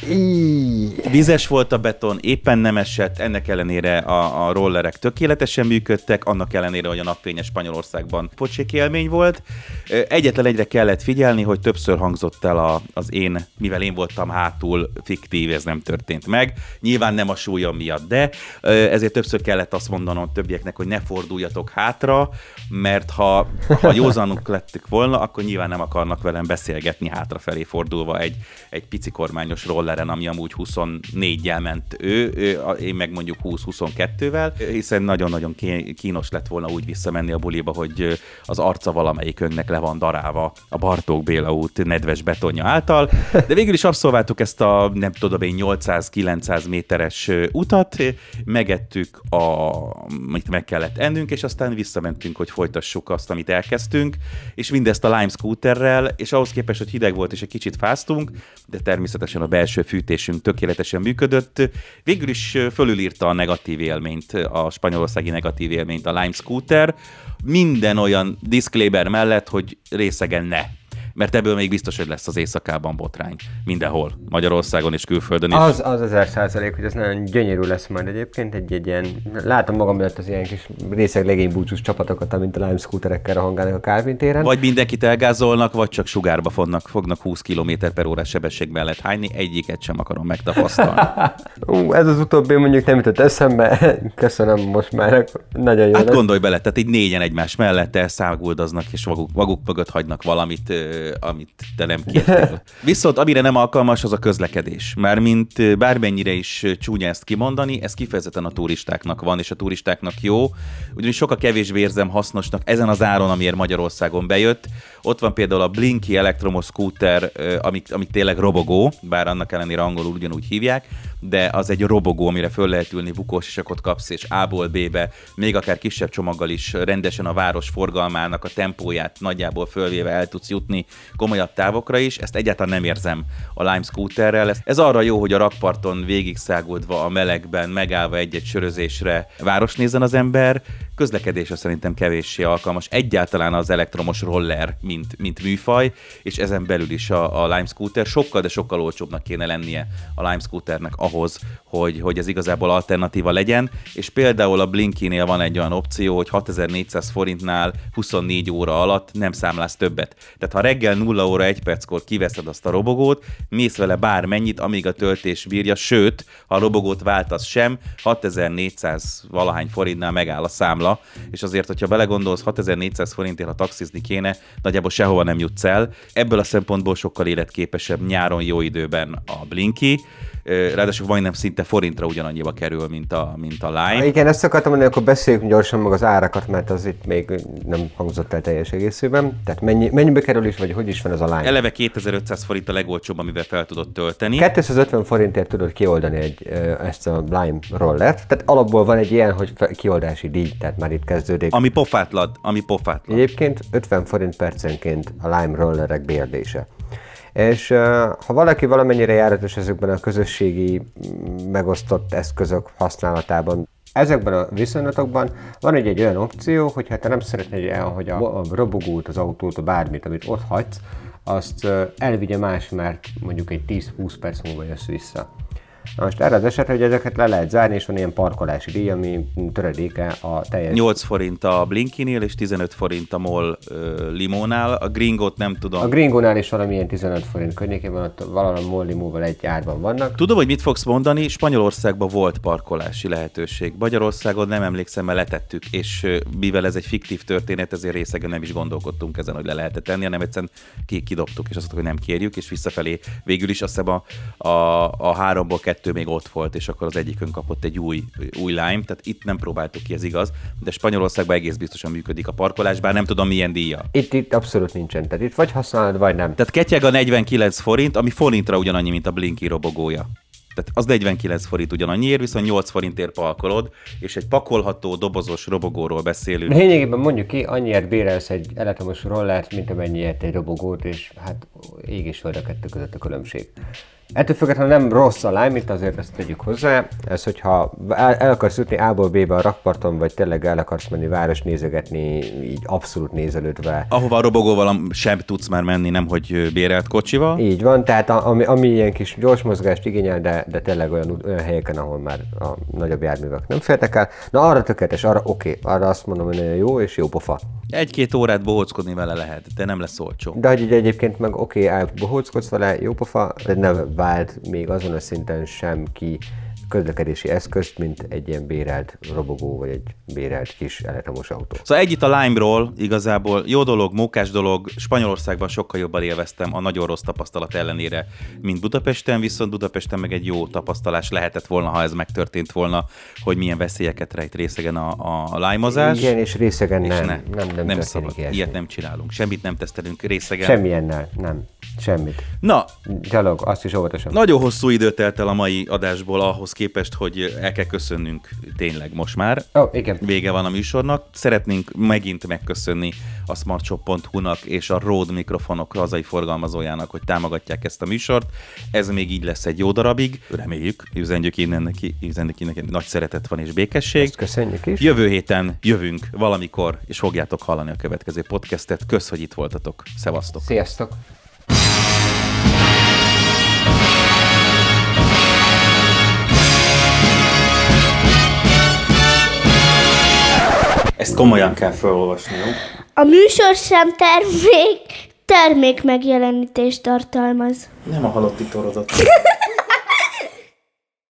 Vizes volt a beton, éppen nem esett, ennek ellenére a rollerek tökéletesen működtek, annak ellenére, hogy a napfényes Spanyolországban pocsék élmény volt. Egyetlen egyre kellett figyelni, hogy többször hangzott el az én, mivel én voltam hátul, fiktív, ez nem történt meg. Nyilván nem a súlyom miatt, de ezért többször kellett azt mondanom többieknek, hogy ne forduljatok hátra, mert ha józanuk lettük volna, akkor nyilván nem akarnak velem beszélgetni hátrafelé fordulva egy pici kormányos rolleren, ami amúgy 24-jel ment én meg mondjuk 20-22-vel, hiszen nagyon-nagyon kínos lett volna úgy visszamenni a buliba, hogy az arca valamelyikünknek le van darálva a Bartók Béla út nedves betonja által, de végül is abszolváltuk ezt a nem tudom én 800-900 méteres utat, megettük, amit meg kellett ennünk, és aztán visszamentünk, hogy folytassuk azt, amit elkezdtünk, és mindezt a Lime scooterrel, és ahhoz képest, hogy hideg volt, és egy kicsit fáztunk, de természetesen a belső fűtésünk tökéletesen működött. Végül is fölülírta a negatív élményt, a spanyolországi negatív élményt a Lime scooter, minden olyan disclaimer mellett, hogy részegen ne. Mert ebből még biztos, hogy lesz az éjszakában botrány. Mindenhol. Magyarországon és külföldön is. Az 1000%, hogy ez nagyon gyönyörű lesz majd egyébként. Egy ilyen, látom magam előtt az ilyen kis részeg legénybúcsús csapatokat, amint a Lime scooterekkel rohangálnak a Kálvin téren. Vagy mindenkit elgázolnak, vagy csak sugárba fognak 20 km/h sebesség mellett hányni. Egyiket sem akarom megtapasztalni. Ez az utóbbi mondjuk nem jutott eszembe. Köszönöm most már. Nagyon jó. Hát gondolj bele, tehát így négyen egymás mellett elszáguldoznak, és maguk mögött hagynak valamit, amit te nem kértél. Viszont amire nem alkalmas, az a közlekedés. Mármint bármennyire is csúnya ezt kimondani, ez kifejezetten a turistáknak van, és a turistáknak jó, ugyanis sokkal kevésbé érzem hasznosnak ezen az áron, amiért Magyarországon bejött. Ott van például a Blinky elektromos scooter, amik tényleg robogó, bár annak ellenére angolul ugyanúgy hívják, de az egy robogó, amire föl lehet ülni, bukós sisakot kapsz, és A-ból B-be, még akár kisebb csomaggal is rendesen a város forgalmának a tempóját nagyjából fölvéve el tudsz jutni komolyabb távokra is. Ezt egyáltalán nem érzem a Lime scooterrel. Ez arra jó, hogy a rakparton végigszáguldva a melegben, megállva egy-egy sörözésre város nézzen az ember. Közlekedésre szerintem kevéssé alkalmas. Egyáltalán az elektromos roller, mint műfaj, és ezen belül is a Lime scooter sokkal, de sokkal olcsóbbnak kéne lennie a Lime scooternek ahhoz, hogy ez igazából alternatíva legyen, és például a Blinky-nél van egy olyan opció, hogy 6400 forintnál 24 óra alatt nem számlálsz többet. Tehát ha reggel 0 óra 1 perckor kiveszed azt a robogót, mész vele bármennyit, amíg a töltés bírja, sőt, ha a robogót váltasz sem, 6400 valahány forintnál megáll a számla, és azért, hogyha belegondolsz, 6400 forintért, ha taxizni kéne, nagyjából sehova nem jutsz el. Ebből a szempontból sokkal életképesebb nyáron jó időben a Blinky, ráadásul majdnem szinte forintra ugyanannyiba kerül, mint a Lime. Igen, ezt akartam mondani, akkor beszéljük gyorsan meg az árakat, mert az itt még nem hangzott el teljes egészében. Tehát mennyibe kerül is, vagy hogy is van ez a Lime? Eleve 2500 forint a legolcsóbb, amivel fel tudod tölteni. 250 forintért tudod kioldani ezt a Lime rollert. Tehát alapból van egy ilyen, hogy kioldási díj, tehát már itt kezdődik. Ami pofátlan. Egyébként 50 forint percenként a Lime rollerek bérlése. És ha valaki valamennyire járatos ezekben a közösségi megosztott eszközök használatában, ezekben a viszonylatokban van egy olyan opció, hogy ha te nem szeretnéd el, hogy a robogót, az autót, a bármit, amit ott hagysz, azt elvigye más, mert mondjuk egy 10-20 perc múlva jössz vissza. Na most erre az esetre, hogy ezeket le lehet zárni, és van ilyen parkolási díj, ami töredéke a teljes... 8 forint a Blinky-nél, és 15 forint a MOL Limónál. A Gringot nem tudom. A Gringónál is valamilyen 15 forint környékében, ott valahol a MOL Limóval egy árban vannak. Tudom, hogy mit fogsz mondani, Spanyolországban volt parkolási lehetőség. Magyarországon nem emlékszem, mert letettük, és mivel ez egy fiktív történet, ezért részegen nem is gondolkodtunk ezen, hogy le lehetett tenni, hanem egyszerűen kidobtuk, és azt mondtuk, hogy nem kérjük, és visszafelé végül is azt hiszem a 3-ból 2 még ott volt, és akkor az egyikön kapott egy új Lime, tehát itt nem próbáltuk ki, ez igaz, de Spanyolországban egész biztosan működik a parkolás, bár nem tudom milyen díja. Itt abszolút nincsen, tehát itt vagy használod, vagy nem. Tehát ketyeg a 49 forint, ami forintra ugyanannyi, mint a Blinky robogója. Tehát az 49 forint ugyanannyiért, viszont 8 forintért parkolod, és egy pakolható, dobozos robogóról beszélünk. Lényegében mondjuk ki, annyiért bérelsz egy elektromos rollert, mint amennyiért egy robogót, és hát ég és föld a kettő között a különbség. Ettől függetlenül nem rossz a Lime, itt azért ezt tegyük hozzá. Ez, hogyha el akarsz jutni A-ból B-be a rakparton, vagy tényleg el akarsz menni város nézegetni, így abszolút nézelődve. Ahova a robogóval sem tudsz már menni, nemhogy bérelt kocsival. Így van, tehát ami ilyen kis gyors mozgást igényel, de tényleg olyan helyeken, ahol már a nagyobb járművek nem férnek el. Na arra tökéletes, arra oké, arra azt mondom, hogy nagyon jó és jó pofa. 1-2 órát bohóckodni vele lehet, de nem lesz olcsó. De hogy így egyébként meg bohóckodsz vele, jó pofa, de nem vált még azon a szinten sem ki közlekedési eszközt, mint egy ilyen bérelt robogó, vagy egy bérelt kis elektromos autó. Szóval együtt a Lime-ról igazából jó dolog, mókás dolog, Spanyolországban sokkal jobban élveztem a nagyon rossz tapasztalat ellenére, mint Budapesten, viszont Budapesten meg egy jó tapasztalás lehetett volna, ha ez megtörtént volna, hogy milyen veszélyeket rejt részegen a Lime-ozás. Igen, és részegen és nem szabad. ilyesmi. Ilyet nem csinálunk. Semmit nem tesztelünk részegen. Semmilyennel, nem. Semmit. Na, gyalog, azt is óvatosan. Nagyon hosszú idő telt el a mai adásból ahhoz képest, hogy el kell köszönnünk tényleg most már. Igen. Vége van a műsornak. Szeretnénk megint megköszönni a smartshop.hu-nak és a Rode mikrofonok hazai forgalmazójának, hogy támogatják ezt a műsort. Ez még így lesz egy jó darabig. Reméljük, üzenjük innen neki, nagy szeretet van és békesség. Ezt köszönjük is. Jövő héten jövünk valamikor, és fogjátok hallani a következő podcastet. Kösz, hogy itt voltatok. Szevasztok! Sziasztok! Ezt komolyan kell felolvasni, jó? A műsorszám termék megjelenítést tartalmaz. Nem a halotti torodat.